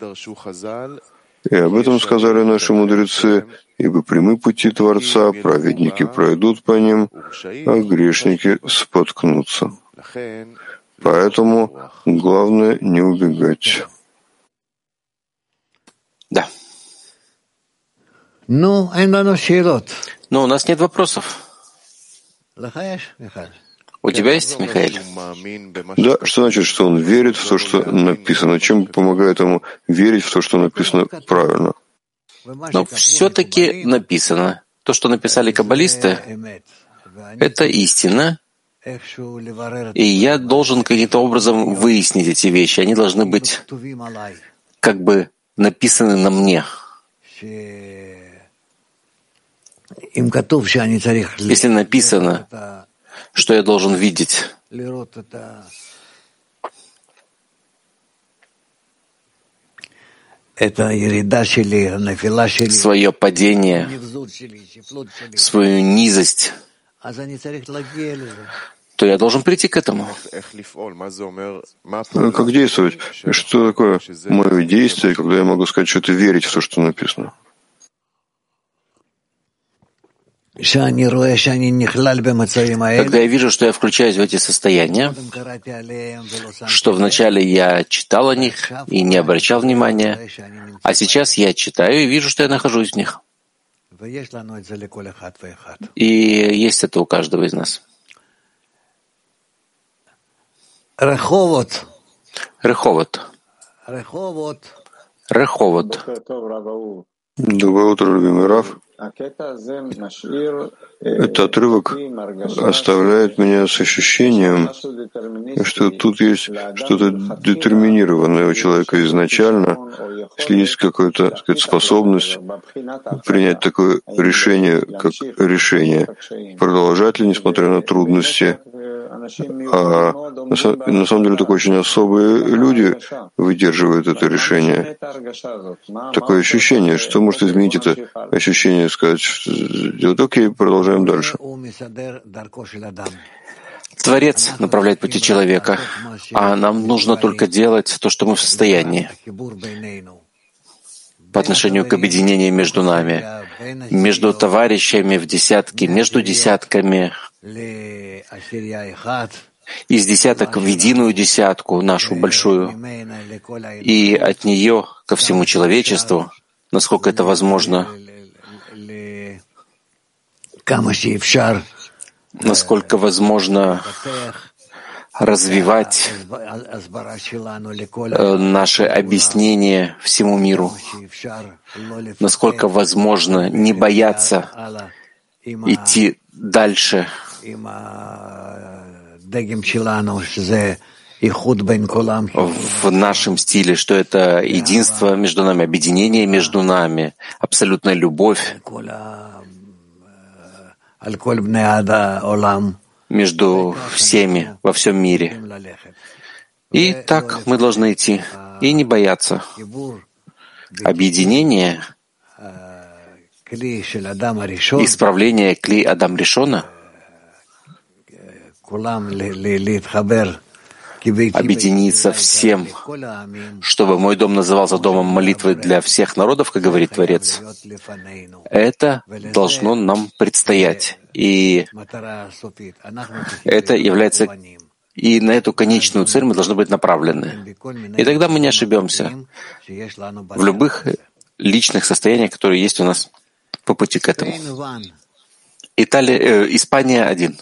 И об этом сказали наши мудрецы, ибо прямы пути Творца, праведники пройдут по ним, а грешники споткнутся. Поэтому главное не убегать. Да. Ну, Но у нас нет вопросов. У тебя есть, Михаил? Да, что значит, что он верит в то, что написано? Чем помогает ему верить в то, что написано правильно? Но все-таки написано. То, что написали каббалисты, это истина, и я должен каким-то образом выяснить эти вещи. Они должны быть как бы написаны на мне. Если написано, что я должен видеть, свое падение, свою низость, то я должен прийти к этому. Как действовать? Что такое мое действие, когда я могу сказать, что это верить в то, что написано? Когда я вижу, что я включаюсь в эти состояния, что вначале я читал о них и не обращал внимания, а сейчас я читаю и вижу, что я нахожусь в них. И есть это у каждого из нас. Реховот. Реховот. Реховот. Доброе утро, любимый Рав. Этот отрывок оставляет меня с ощущением, что тут есть что-то детерминированное у человека изначально, если есть какая-то, сказать, способность принять такое решение, как решение, продолжать ли, несмотря на трудности. А на самом деле только очень особые люди выдерживают это решение. Такое ощущение, что может изменить это ощущение, сказать, вот окей, продолжаем дальше. Творец направляет пути человека, а нам нужно только делать то, что мы в состоянии по отношению к объединению между нами, между товарищами в десятке, между десятками, из десяток в единую десятку, нашу большую, и от нее ко всему человечеству, насколько это возможно, насколько возможно развивать наше объяснение всему миру, насколько возможно не бояться идти дальше в нашем стиле, что это единство между нами, объединение между нами, абсолютная любовь между всеми во всем мире. И так мы должны идти и не бояться. Объединение, исправление кли Адам Ришона, объединиться всем, чтобы мой дом назывался домом молитвы для всех народов, как говорит Творец, это должно нам предстоять. И это является... И на эту конечную цель мы должны быть направлены. И тогда мы не ошибемся в любых личных состояниях, которые есть у нас по пути к этому. Италия, э, Испания один.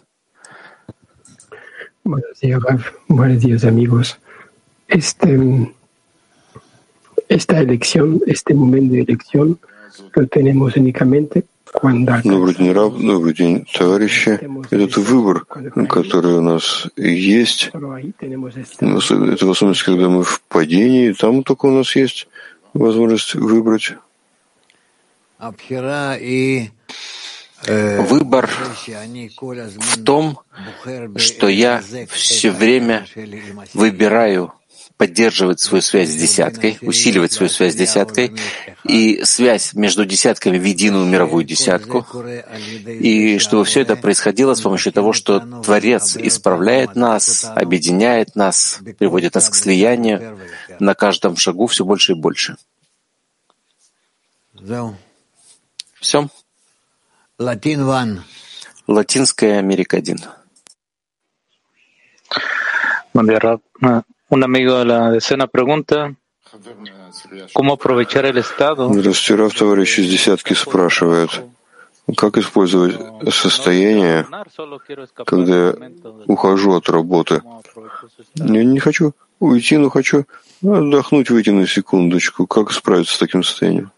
Buenos días, Rav. Buenos días, amigos. Este, esta elección, este momento de elección, lo tenemos únicamente cuando... Добрый день, Рав. Добрый день, товарищи. Этот выбор, который у нас есть, это в особенности, когда мы в падении, там только у нас есть возможность выбрать. Выбор в том, что я все время выбираю поддерживать свою связь с десяткой, усиливать свою связь с десяткой, и связь между десятками в единую мировую десятку, и чтобы все это происходило с помощью того, что Творец исправляет нас, объединяет нас, приводит нас к слиянию на каждом шагу все больше и больше. Все. Латинская Америка один. Un amigo de la decena pregunta, ¿cómo aprovechar el estado? Здравствуйте, Рав, товарищ из десятки спрашивает, как использовать состояние, когда я ухожу от работы. Я не хочу уйти, но хочу отдохнуть, выйти на секундочку. Как справиться с таким состоянием?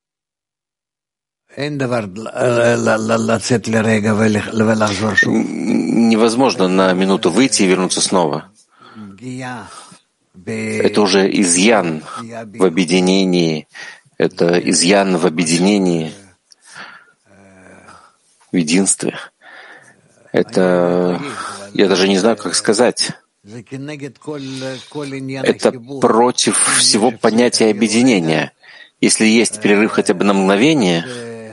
Невозможно на минуту выйти и вернуться снова. Это уже изъян в объединении, это изъян в объединении, в единстве. Это, я даже не знаю, как сказать. Это против всего понятия объединения. Если есть перерыв хотя бы на мгновение,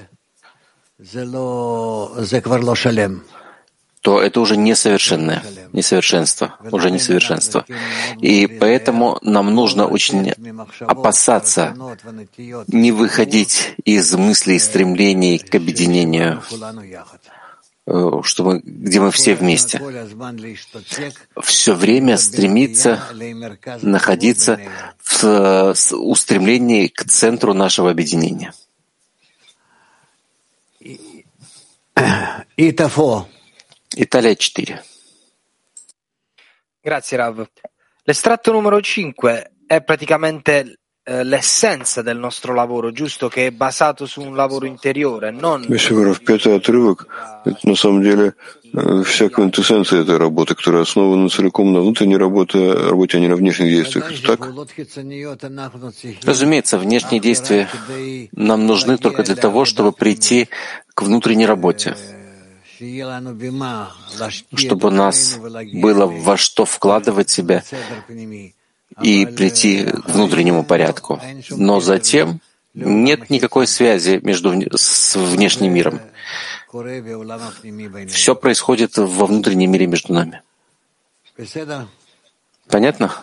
то это уже несовершенное, несовершенство, уже несовершенство. И поэтому нам нужно очень опасаться не выходить из мыслей и стремлений к объединению, что мы, где мы все вместе. Все время стремиться находиться в устремлении к центру нашего объединения. Italia четыре. Grazie Rav. L'estratto numero cinque è praticamente eh, l'essenza del nostro lavoro, giusto? Che è basato su un lavoro interiore, non... Пятый отрывок — это на самом деле вся квинтэссенция этой работы, которая основана целиком на внутренней работе, работе, а не на внешних действиях. Это так? Разумеется, внешние действия нам нужны только для того, чтобы прийти к внутренней работе, чтобы у нас было во что вкладывать себя и прийти к внутреннему порядку. Но затем нет никакой связи между с внешним миром. Все происходит во внутреннем мире между нами. Понятно?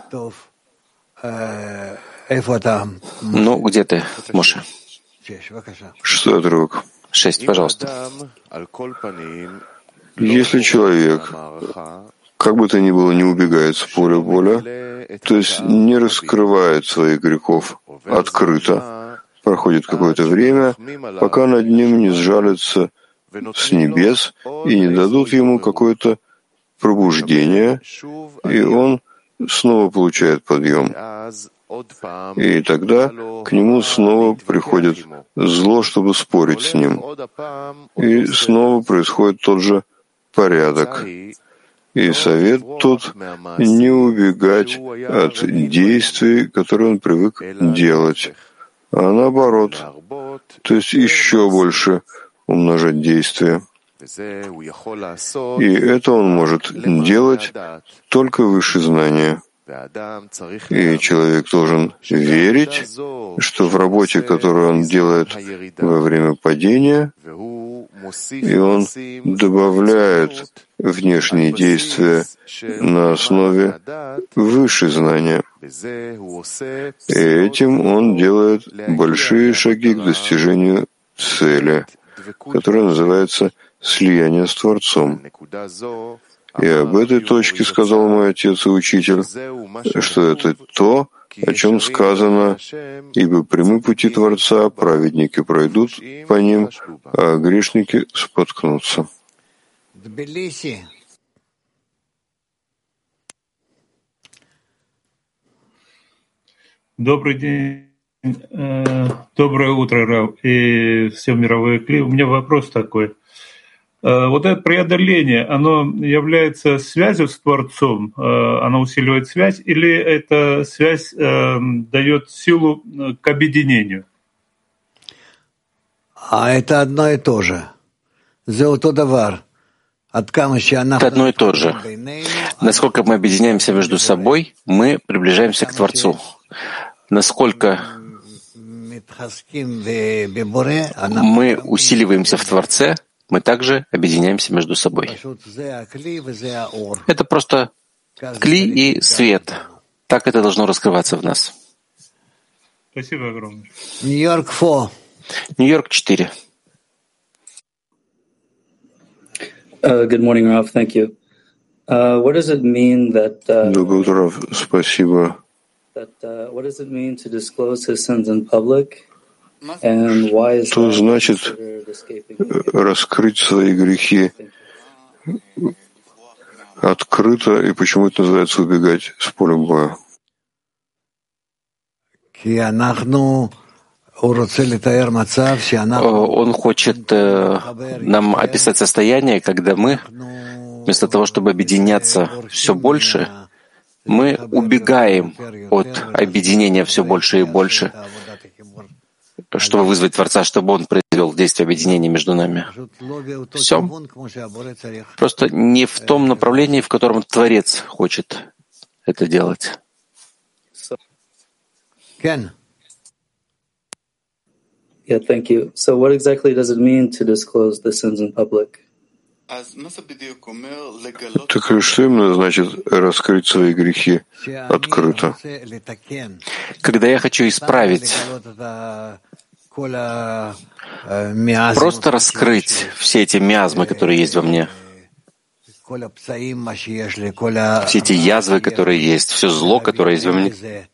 Ну, где ты, Моше? Шестой отрывок. Шесть, пожалуйста. Если человек, как бы то ни было, не убегает с поля боя, то есть не раскрывает своих грехов открыто, проходит какое-то время, пока над ним не сжалятся с небес и не дадут ему какое-то пробуждение, и он снова получает подъем. И тогда к нему снова приходит зло, чтобы спорить с ним. И снова происходит тот же порядок. И совет тут — не убегать от действий, которые он привык делать, а наоборот, то есть еще больше умножать действия. И это он может делать только выше знания. И человек должен верить, что в работе, которую он делает во время падения, и он добавляет внешние действия на основе высшего знания. И этим он делает большие шаги к достижению цели, которая называется слияние с Творцом. И об этой точке сказал мой отец и учитель, что это то, о чем сказано, ибо прямые пути Творца праведники пройдут по ним, а грешники споткнутся. Добрый день. Доброе утро, Рав, и все мировые кли. У меня вопрос такой. Вот это преодоление, оно является связью с Творцом, оно усиливает связь, или эта связь дает силу к объединению? А это одно и то же. Это одно и то же. Насколько мы объединяемся между собой, мы приближаемся к Творцу. Насколько мы усиливаемся в Творце, мы также объединяемся между собой. Это просто кли и свет. Так это должно раскрываться в нас. Спасибо огромное. Нью-Йорк четыре. Нью-Йорк четыре. Uh, good morning, Rav. Thank you. Uh, what does it mean that? Uh, Доброе утро, Рав. Спасибо. That, uh, what does it mean to disclose his sins in public? And why is Что значит раскрыть свои грехи открыто, и почему это называется убегать с поля боя? Он хочет э, нам описать состояние, когда мы, вместо того, чтобы объединяться все больше, мы убегаем от объединения все больше и больше, чтобы вызвать Творца, чтобы Он произвел действие объединения между нами. Все. Просто не в том направлении, в котором Творец хочет это делать. Yeah, thank you. So what exactly does it mean to disclose the sins in public? Так и что именно значит раскрыть свои грехи открыто? Когда я хочу исправить, просто раскрыть все эти миазмы, которые есть во мне, все эти язвы, которые есть, все зло, которое есть во мне,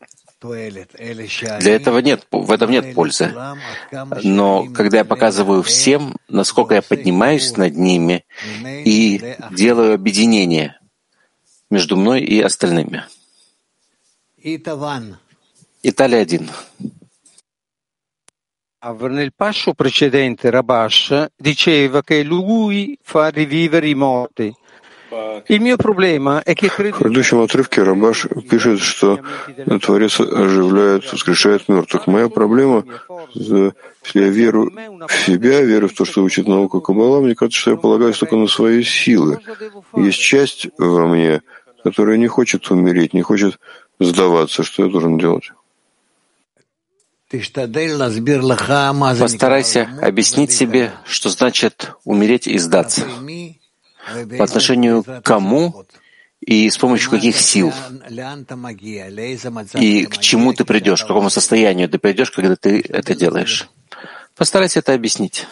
для этого нет, в этом нет пользы. Но когда я показываю всем, насколько я поднимаюсь над ними и делаю объединение между мной и остальными. Италия один. Nel passo precedente Rabash diceva che lui fa rivivere i morti. В предыдущем отрывке Рабаш пишет, что Творец оживляет, воскрешает мертвых. Моя проблема, если я верю в себя, верю в то, что учит наука Каббала, мне кажется, что я полагаюсь только на свои силы. Есть часть во мне, которая не хочет умереть, не хочет сдаваться. Что я должен делать? Постарайся объяснить себе, что значит умереть и сдаться. По отношению к кому и с помощью каких сил, и к чему ты придешь, к какому состоянию ты придешь, когда ты это делаешь. Постарайся это объяснить.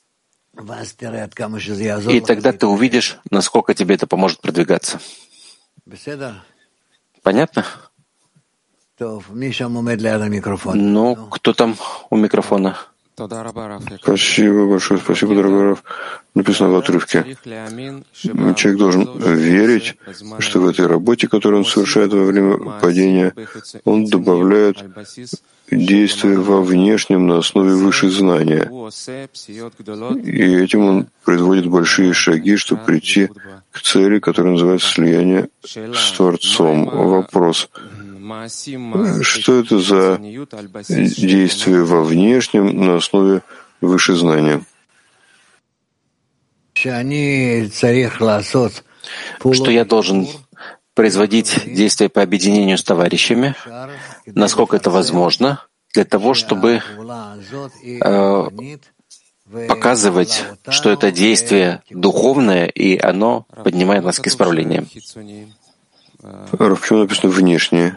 И тогда ты увидишь, насколько тебе это поможет продвигаться. Понятно? Ну, кто там у микрофона? Спасибо большое, спасибо, дорогой Рав. Написано в отрывке. Человек должен верить, что в этой работе, которую он совершает во время падения, он добавляет действия во внешнем на основе высшего знания. И этим он производит большие шаги, чтобы прийти к цели, которая называется слияние с Творцом. Вопрос. Что это за действие во внешнем на основе высшего знания? Что я должен производить действия по объединению с товарищами, насколько это возможно, для того, чтобы э, показывать, что это действие духовное, и оно поднимает нас к исправлению. Раф, почему написано «внешние»?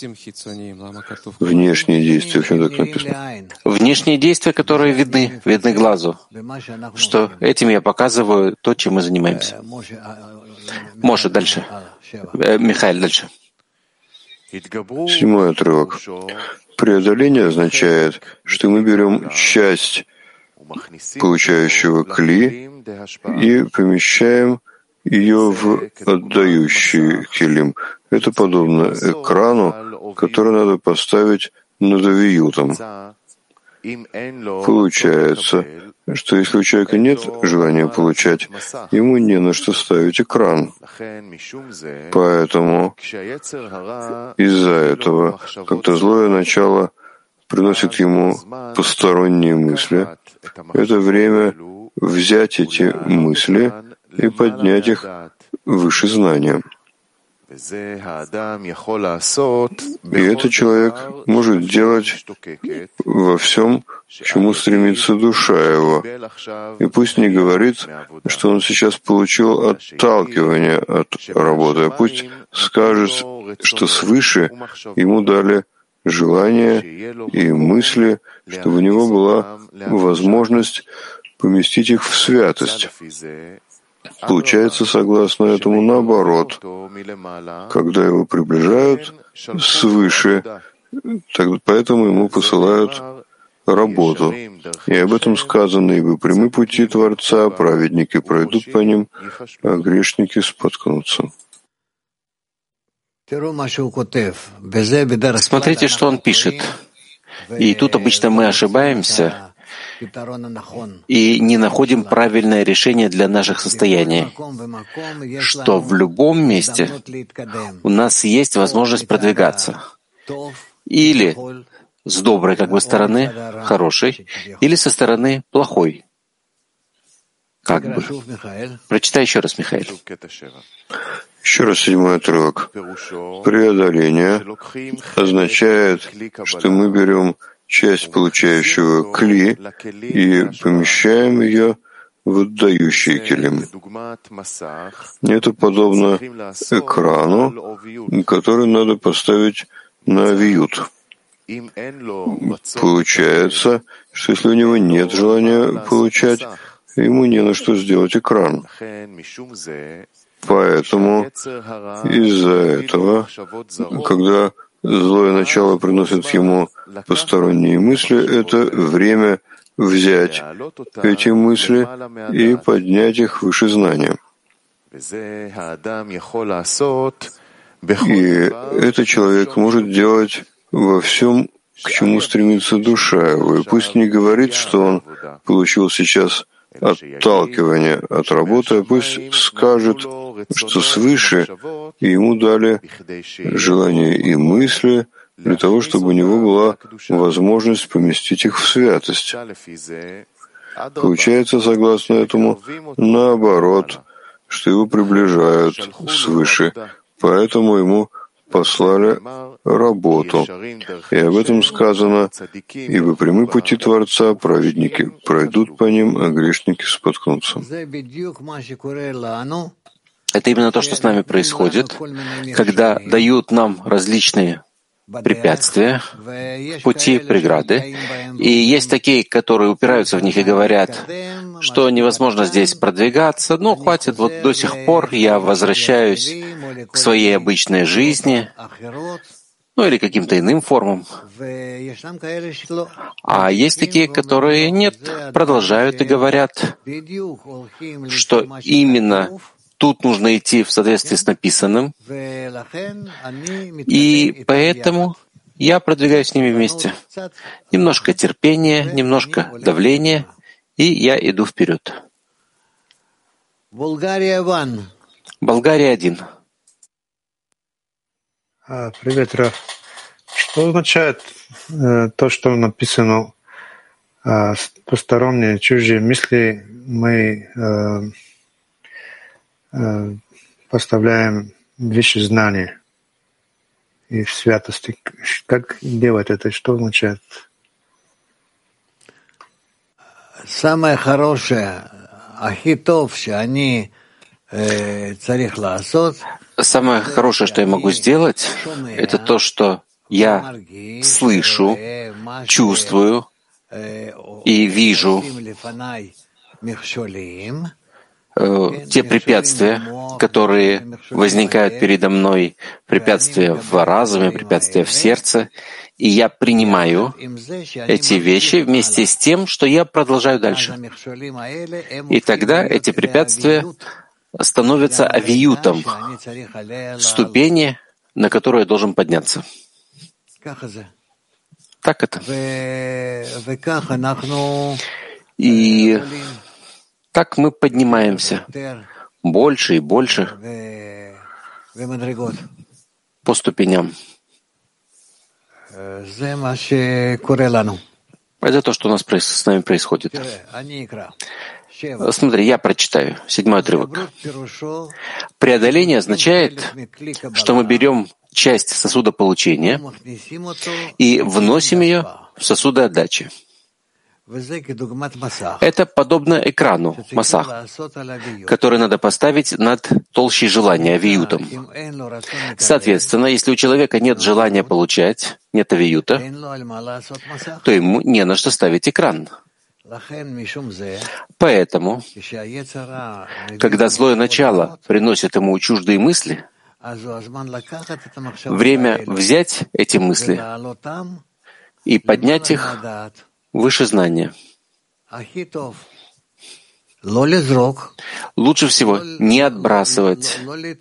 Внешние действия, почему так написано? Внешние действия, которые видны, видны глазу, что этим я показываю то, чем мы занимаемся. Может, дальше. Э, Михаил, дальше. Седьмой отрывок. Преодоление означает, что мы берем часть получающего кли и помещаем ее в отдающий килим. Это подобно экрану, который надо поставить над авиютом. Получается, что если у человека нет желания получать, ему не на что ставить экран. Поэтому из-за этого, когда злое начало приносит ему посторонние мысли, это время взять эти мысли и поднять их выше знания. И этот человек может делать во всем, к чему стремится душа его. И пусть не говорит, что он сейчас получил отталкивание от работы, а пусть скажет, что свыше ему дали желание и мысли, чтобы у него была возможность поместить их в святость. Получается, согласно этому, наоборот. Когда его приближают свыше, так, поэтому ему посылают работу. И об этом сказано: «Ибо прямы пути Творца, праведники пройдут по ним, а грешники споткнутся». Смотрите, что он пишет. И тут обычно мы ошибаемся и не находим правильное решение для наших состояний, что в любом месте у нас есть возможность продвигаться. Или с доброй как бы стороны, хорошей, или со стороны плохой. Как бы. Прочитай еще раз, Михаил. Еще раз седьмой отрывок. Преодоление означает, что мы берем часть получающего кли и помещаем ее в отдающий килим. Это подобно экрану, который надо поставить на авиют. Получается, что если у него нет желания получать, ему не на что сделать экран. Поэтому из-за этого, когда злое начало приносит ему посторонние мысли, это время взять эти мысли и поднять их выше знания. И этот человек может делать во всем, к чему стремится душа его. И пусть не говорит, что он получил сейчас отталкивание от работы, а пусть скажет, что свыше ему дали желания и мысли для того, чтобы у него была возможность поместить их в святость. Получается, согласно этому, наоборот, что его приближают свыше, поэтому ему послали работу. И об этом сказано: «Ибо прямы пути Творца, праведники пройдут по ним, а грешники споткнутся». Это именно то, что с нами происходит, когда дают нам различные препятствия, пути, преграды. И есть такие, которые упираются в них и говорят, что невозможно здесь продвигаться, ну, хватит, вот до сих пор я возвращаюсь к своей обычной жизни, ну, или каким-то иным формам. А есть такие, которые нет, продолжают и говорят, что именно тут нужно идти в соответствии с написанным, и поэтому я продвигаюсь с ними вместе. Немножко терпения, немножко давления, и я иду вперед. Болгария один. Привет, Раф. Что означает э, то, что написано э, посторонние чужие мысли мы э, э, поставляем выше знания и в святости? Как делать это? Что означает? самое хорошее, ахитов, что они Самое хорошее, что я могу сделать, это то, что я слышу, чувствую и вижу те препятствия, которые возникают передо мной, препятствия в разуме, препятствия в сердце, и я принимаю эти вещи вместе с тем, что я продолжаю дальше. И тогда эти препятствия становятся авиютом, ступени, на которую я должен подняться. Так это. И так мы поднимаемся больше и больше по ступеням. Это то, что у нас с нами происходит. Смотри, я прочитаю. Седьмой отрывок. Преодоление означает, что мы берем часть сосуда получения и вносим ее в сосуды отдачи. Это подобно экрану, масах, который надо поставить над толщей желания, авиютом. Соответственно, если у человека нет желания получать, нет авиюта, то ему не на что ставить экран. Поэтому, когда злое начало приносит ему чуждые мысли, время взять эти мысли и поднять их выше знания. Лучше всего не отбрасывать,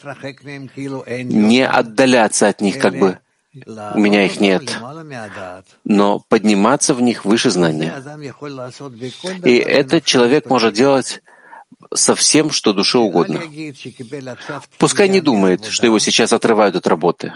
не отдаляться от них, как бы у меня их нет, но подниматься в них выше знания. И этот человек может делать со всем, что душе угодно. Пускай не думает, что его сейчас отрывают от работы.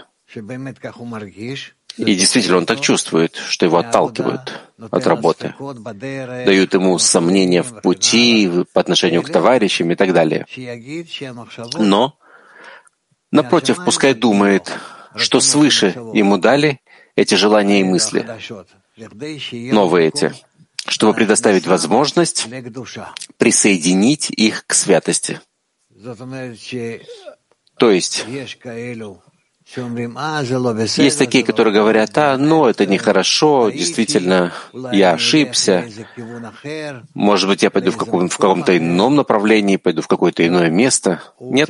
И действительно, он так чувствует, что его отталкивают от работы, дают ему сомнения в пути, по отношению к товарищам и так далее. Но, напротив, пускай думает, что свыше ему дали эти желания и мысли, новые эти, чтобы предоставить возможность присоединить их к святости. То есть, есть такие, которые говорят, а, ну, это нехорошо, действительно, я ошибся, может быть, я пойду в, каком- в каком-то ином направлении, пойду в какое-то иное место. Нет.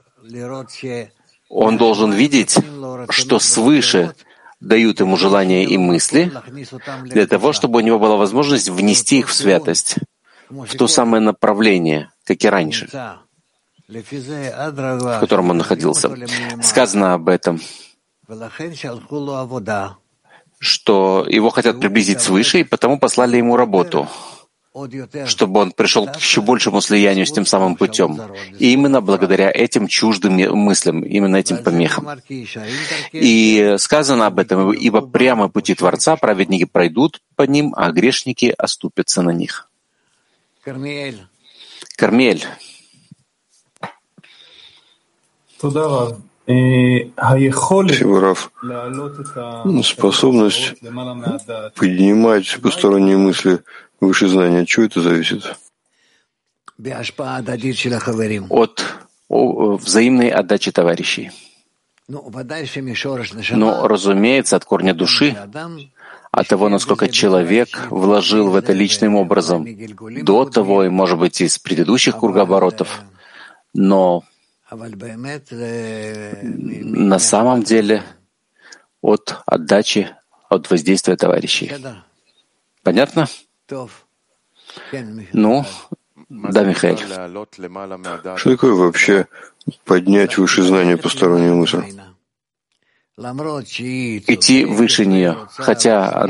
Он должен видеть, что свыше дают ему желания и мысли для того, чтобы у него была возможность внести их в святость, в то самое направление, как и раньше, в котором он находился. Сказано об этом, что его хотят приблизить свыше, и потому послали ему работу, чтобы он пришел к еще большему слиянию с тем самым путем. И именно благодаря этим чуждым мыслям, именно этим помехам. И сказано об этом, ибо прямо пути Творца праведники пройдут по ним, а грешники оступятся на них. Кармиэль. Спасибо, Рав. Способность поднимать посторонние мысли выше знания, от чего это зависит? От о, взаимной отдачи товарищей. Но, разумеется, от корня души, от того, насколько человек вложил в это личным образом до того, и, может быть, из предыдущих кругооборотов, но на самом деле от отдачи, от воздействия товарищей. Понятно? Ну, да, Михаил. Что такое вообще поднять выше знания постороннюю мысль? Идти выше нее, хотя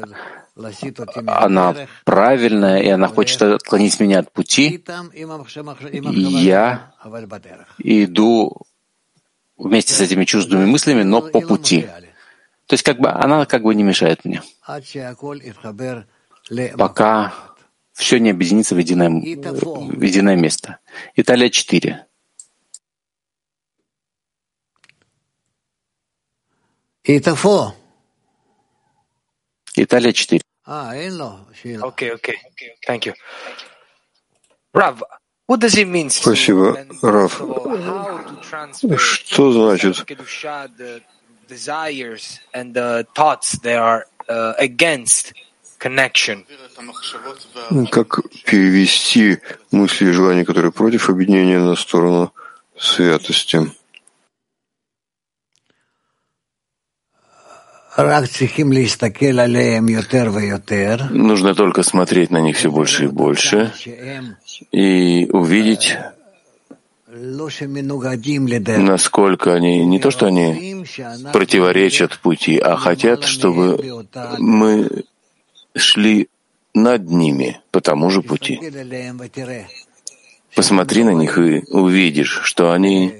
она правильная, и она хочет отклонить меня от пути, я иду вместе с этими чуждыми мыслями, но по пути. То есть как бы она как бы не мешает мне, пока все не объединится в единое, в единое место. Италия четыре. Италия четыре. Okay, okay. Thank you. Rav, what does it mean? Спасибо, Рав. Что значит? Desires and the thoughts they are uh, against connection. Как перевести мысли и желания, которые против объединения, на сторону святости? Нужно только смотреть на них все больше и больше и увидеть, насколько они, не то что они противоречат пути, а хотят, чтобы мы шли над ними по тому же пути. Посмотри на них и увидишь, что они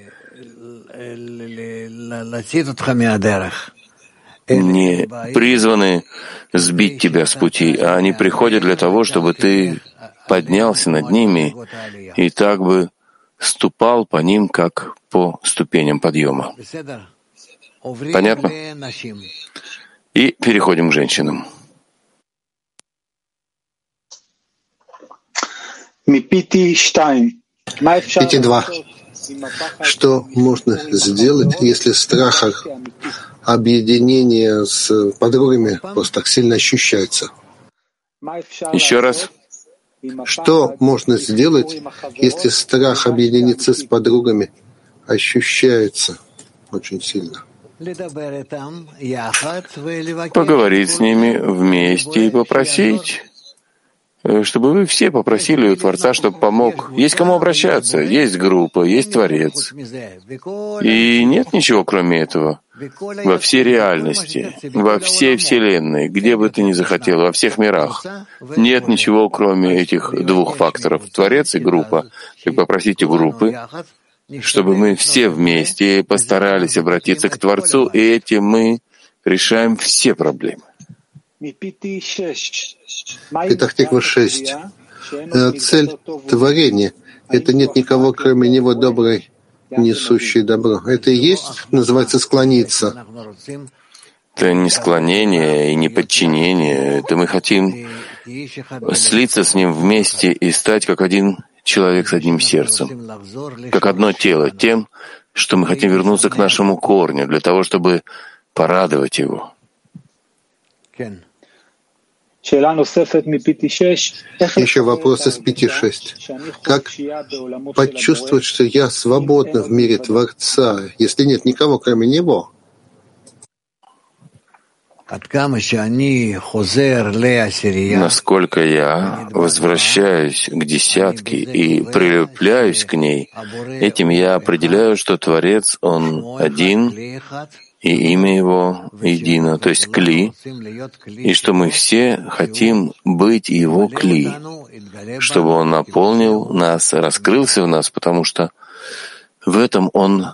не призваны сбить тебя с пути, а они приходят для того, чтобы ты поднялся над ними и так бы ступал по ним, как по ступеням подъема. Понятно? И переходим к женщинам. Пяти два. Что можно сделать, если страх объединения с подругами просто так сильно ощущается? Еще раз. Что можно сделать, если страх объединиться с подругами ощущается очень сильно? Поговорить с ними вместе и попросить, чтобы вы все попросили у Творца, чтобы помог. Есть кому обращаться, есть группа, есть Творец. И нет ничего, кроме этого. Во всей реальности, во всей Вселенной, где бы ты ни захотел, во всех мирах, нет ничего, кроме этих двух факторов — Творец и группа. Так попросите группы, чтобы мы все вместе постарались обратиться к Творцу, и этим мы решаем все проблемы. Итак, Тиква шесть. Цель творения — это нет никого, кроме Него, добрый, несущий добро. Это и есть, называется, склониться. Это не склонение и не подчинение. Это мы хотим слиться с Ним вместе и стать как один человек с одним сердцем, как одно тело, тем, что мы хотим вернуться к нашему корню, для того, чтобы порадовать Его. Еще вопрос из пяти шесть. Как почувствовать, что я свободна в мире Творца, если нет никого, кроме Него? Насколько я возвращаюсь к десятке и прилепляюсь к ней, этим я определяю, что Творец, Он один, и имя Его едино, то есть Кли, и что мы все хотим быть Его Кли, чтобы Он наполнил нас, раскрылся в нас, потому что в этом Он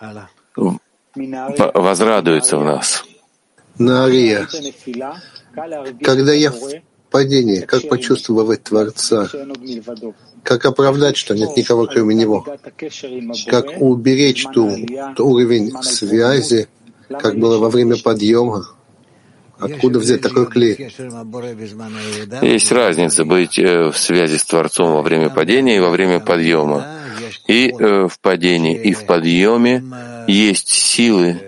возрадуется в нас. Нария, когда я в падении, как почувствовать Творца? Как оправдать, что нет никого, кроме Него? Как уберечь ту, ту уровень связи, как было во время подъема? Откуда взять такой клей? Есть разница быть в связи с Творцом во время падения и во время подъема. И в падении, и в подъеме есть силы,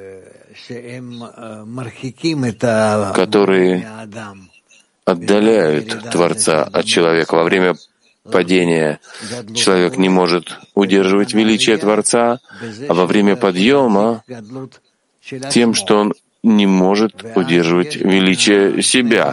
которые отдаляют Творца от человека. Во время падения человек не может удерживать величие Творца, а во время подъема тем, что он не может удерживать величие себя.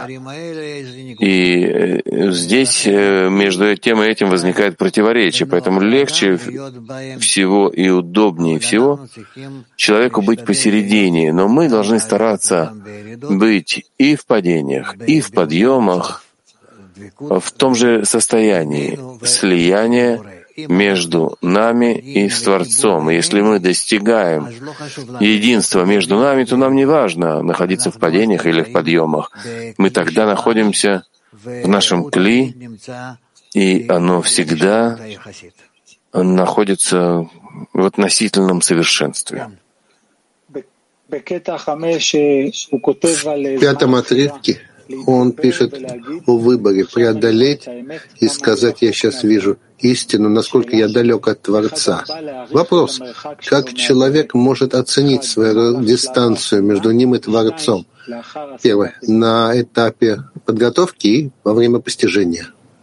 И здесь между тем и этим возникает противоречие. Поэтому легче всего и удобнее всего человеку быть посередине. Но мы должны стараться быть и в падениях, и в подъемах в том же состоянии слияния между нами и с Творцом. И если мы достигаем единства между нами, то нам не важно находиться в падениях или в подъемах. Мы тогда находимся в нашем кли, и оно всегда находится в относительном совершенстве. В пятом отрывке Он пишет о выборе преодолеть и сказать: «Я сейчас вижу истину, насколько я далек от Творца». Вопрос: как человек может оценить свою дистанцию между ним и Творцом? Первое — на этапе подготовки и во время постижения.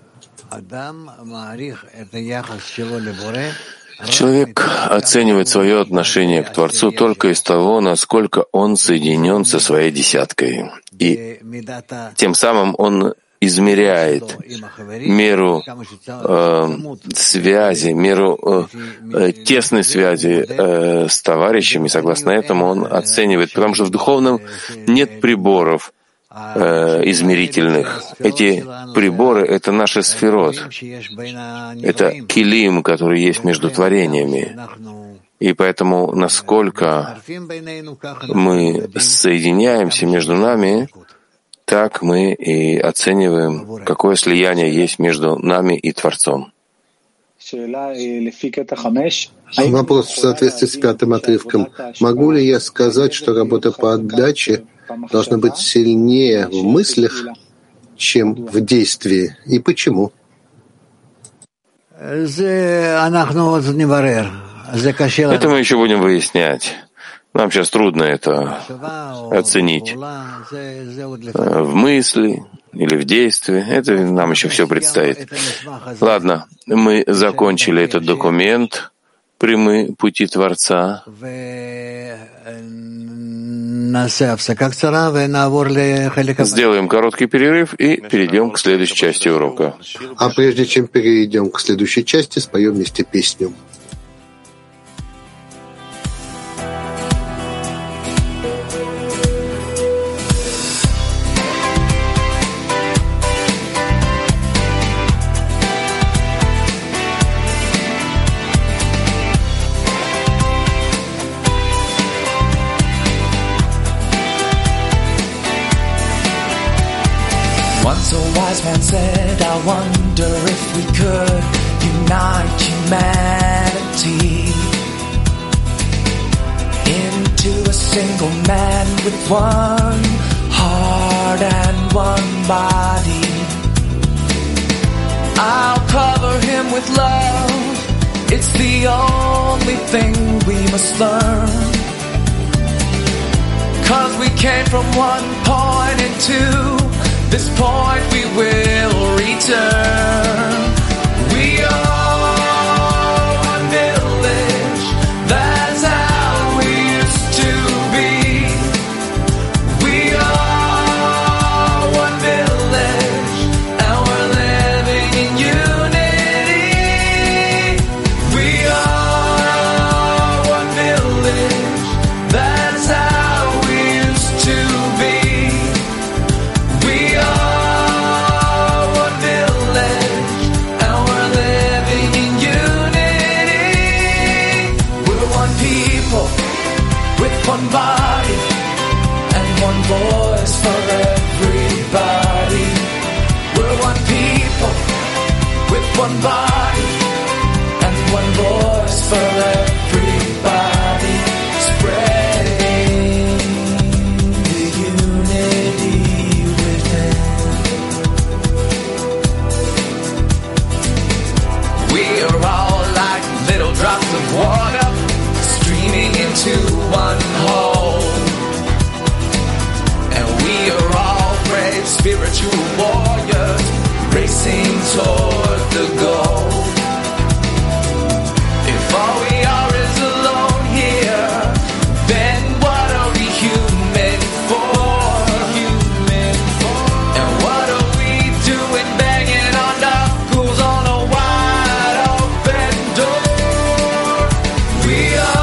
Человек оценивает свое отношение к Творцу только из того, насколько он соединен со своей десяткой. И тем самым он измеряет меру э, связи, меру э, тесной связи э, с товарищами. Согласно этому он оценивает, потому что в духовном нет приборов э, измерительных. Эти приборы — это наши сферот, это килим, который есть между творениями. И поэтому, насколько мы соединяемся между нами, так мы и оцениваем, какое слияние есть между нами и Творцом. Вопрос в соответствии с пятым отрывком. Могу ли я сказать, что работа по отдаче должна быть сильнее в мыслях, чем в действии? И почему? Это мы еще будем выяснять. Нам сейчас трудно это оценить. В мысли или в действии. Это нам еще все предстоит. Ладно, мы закончили этот документ «Прямые пути Творца». Сделаем короткий перерыв и перейдем к следующей части урока. А прежде чем перейдем к следующей части, споем вместе песню. Once a wise man said, I wonder if we could unite humanity into a single man with one heart and one body. I'll cover him with love. It's the only thing we must learn. 'Cause we came from one point and two. This point we will return. We are one village, that's how we used to be. We are one village, and we're living in unity. We are one village, that's how we used to be. One body and one voice for everybody. We're one people with one body and one voice for everybody. Spreading the unity within. We are all like little drops of water streaming into one whole, and we are all brave spiritual warriors racing toward the goal. If all we are is alone here, then what are we human for? Human for? And what are we doing banging on knuckles on a wide open door? We are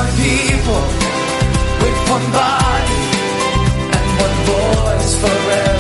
one body and one voice for everyone.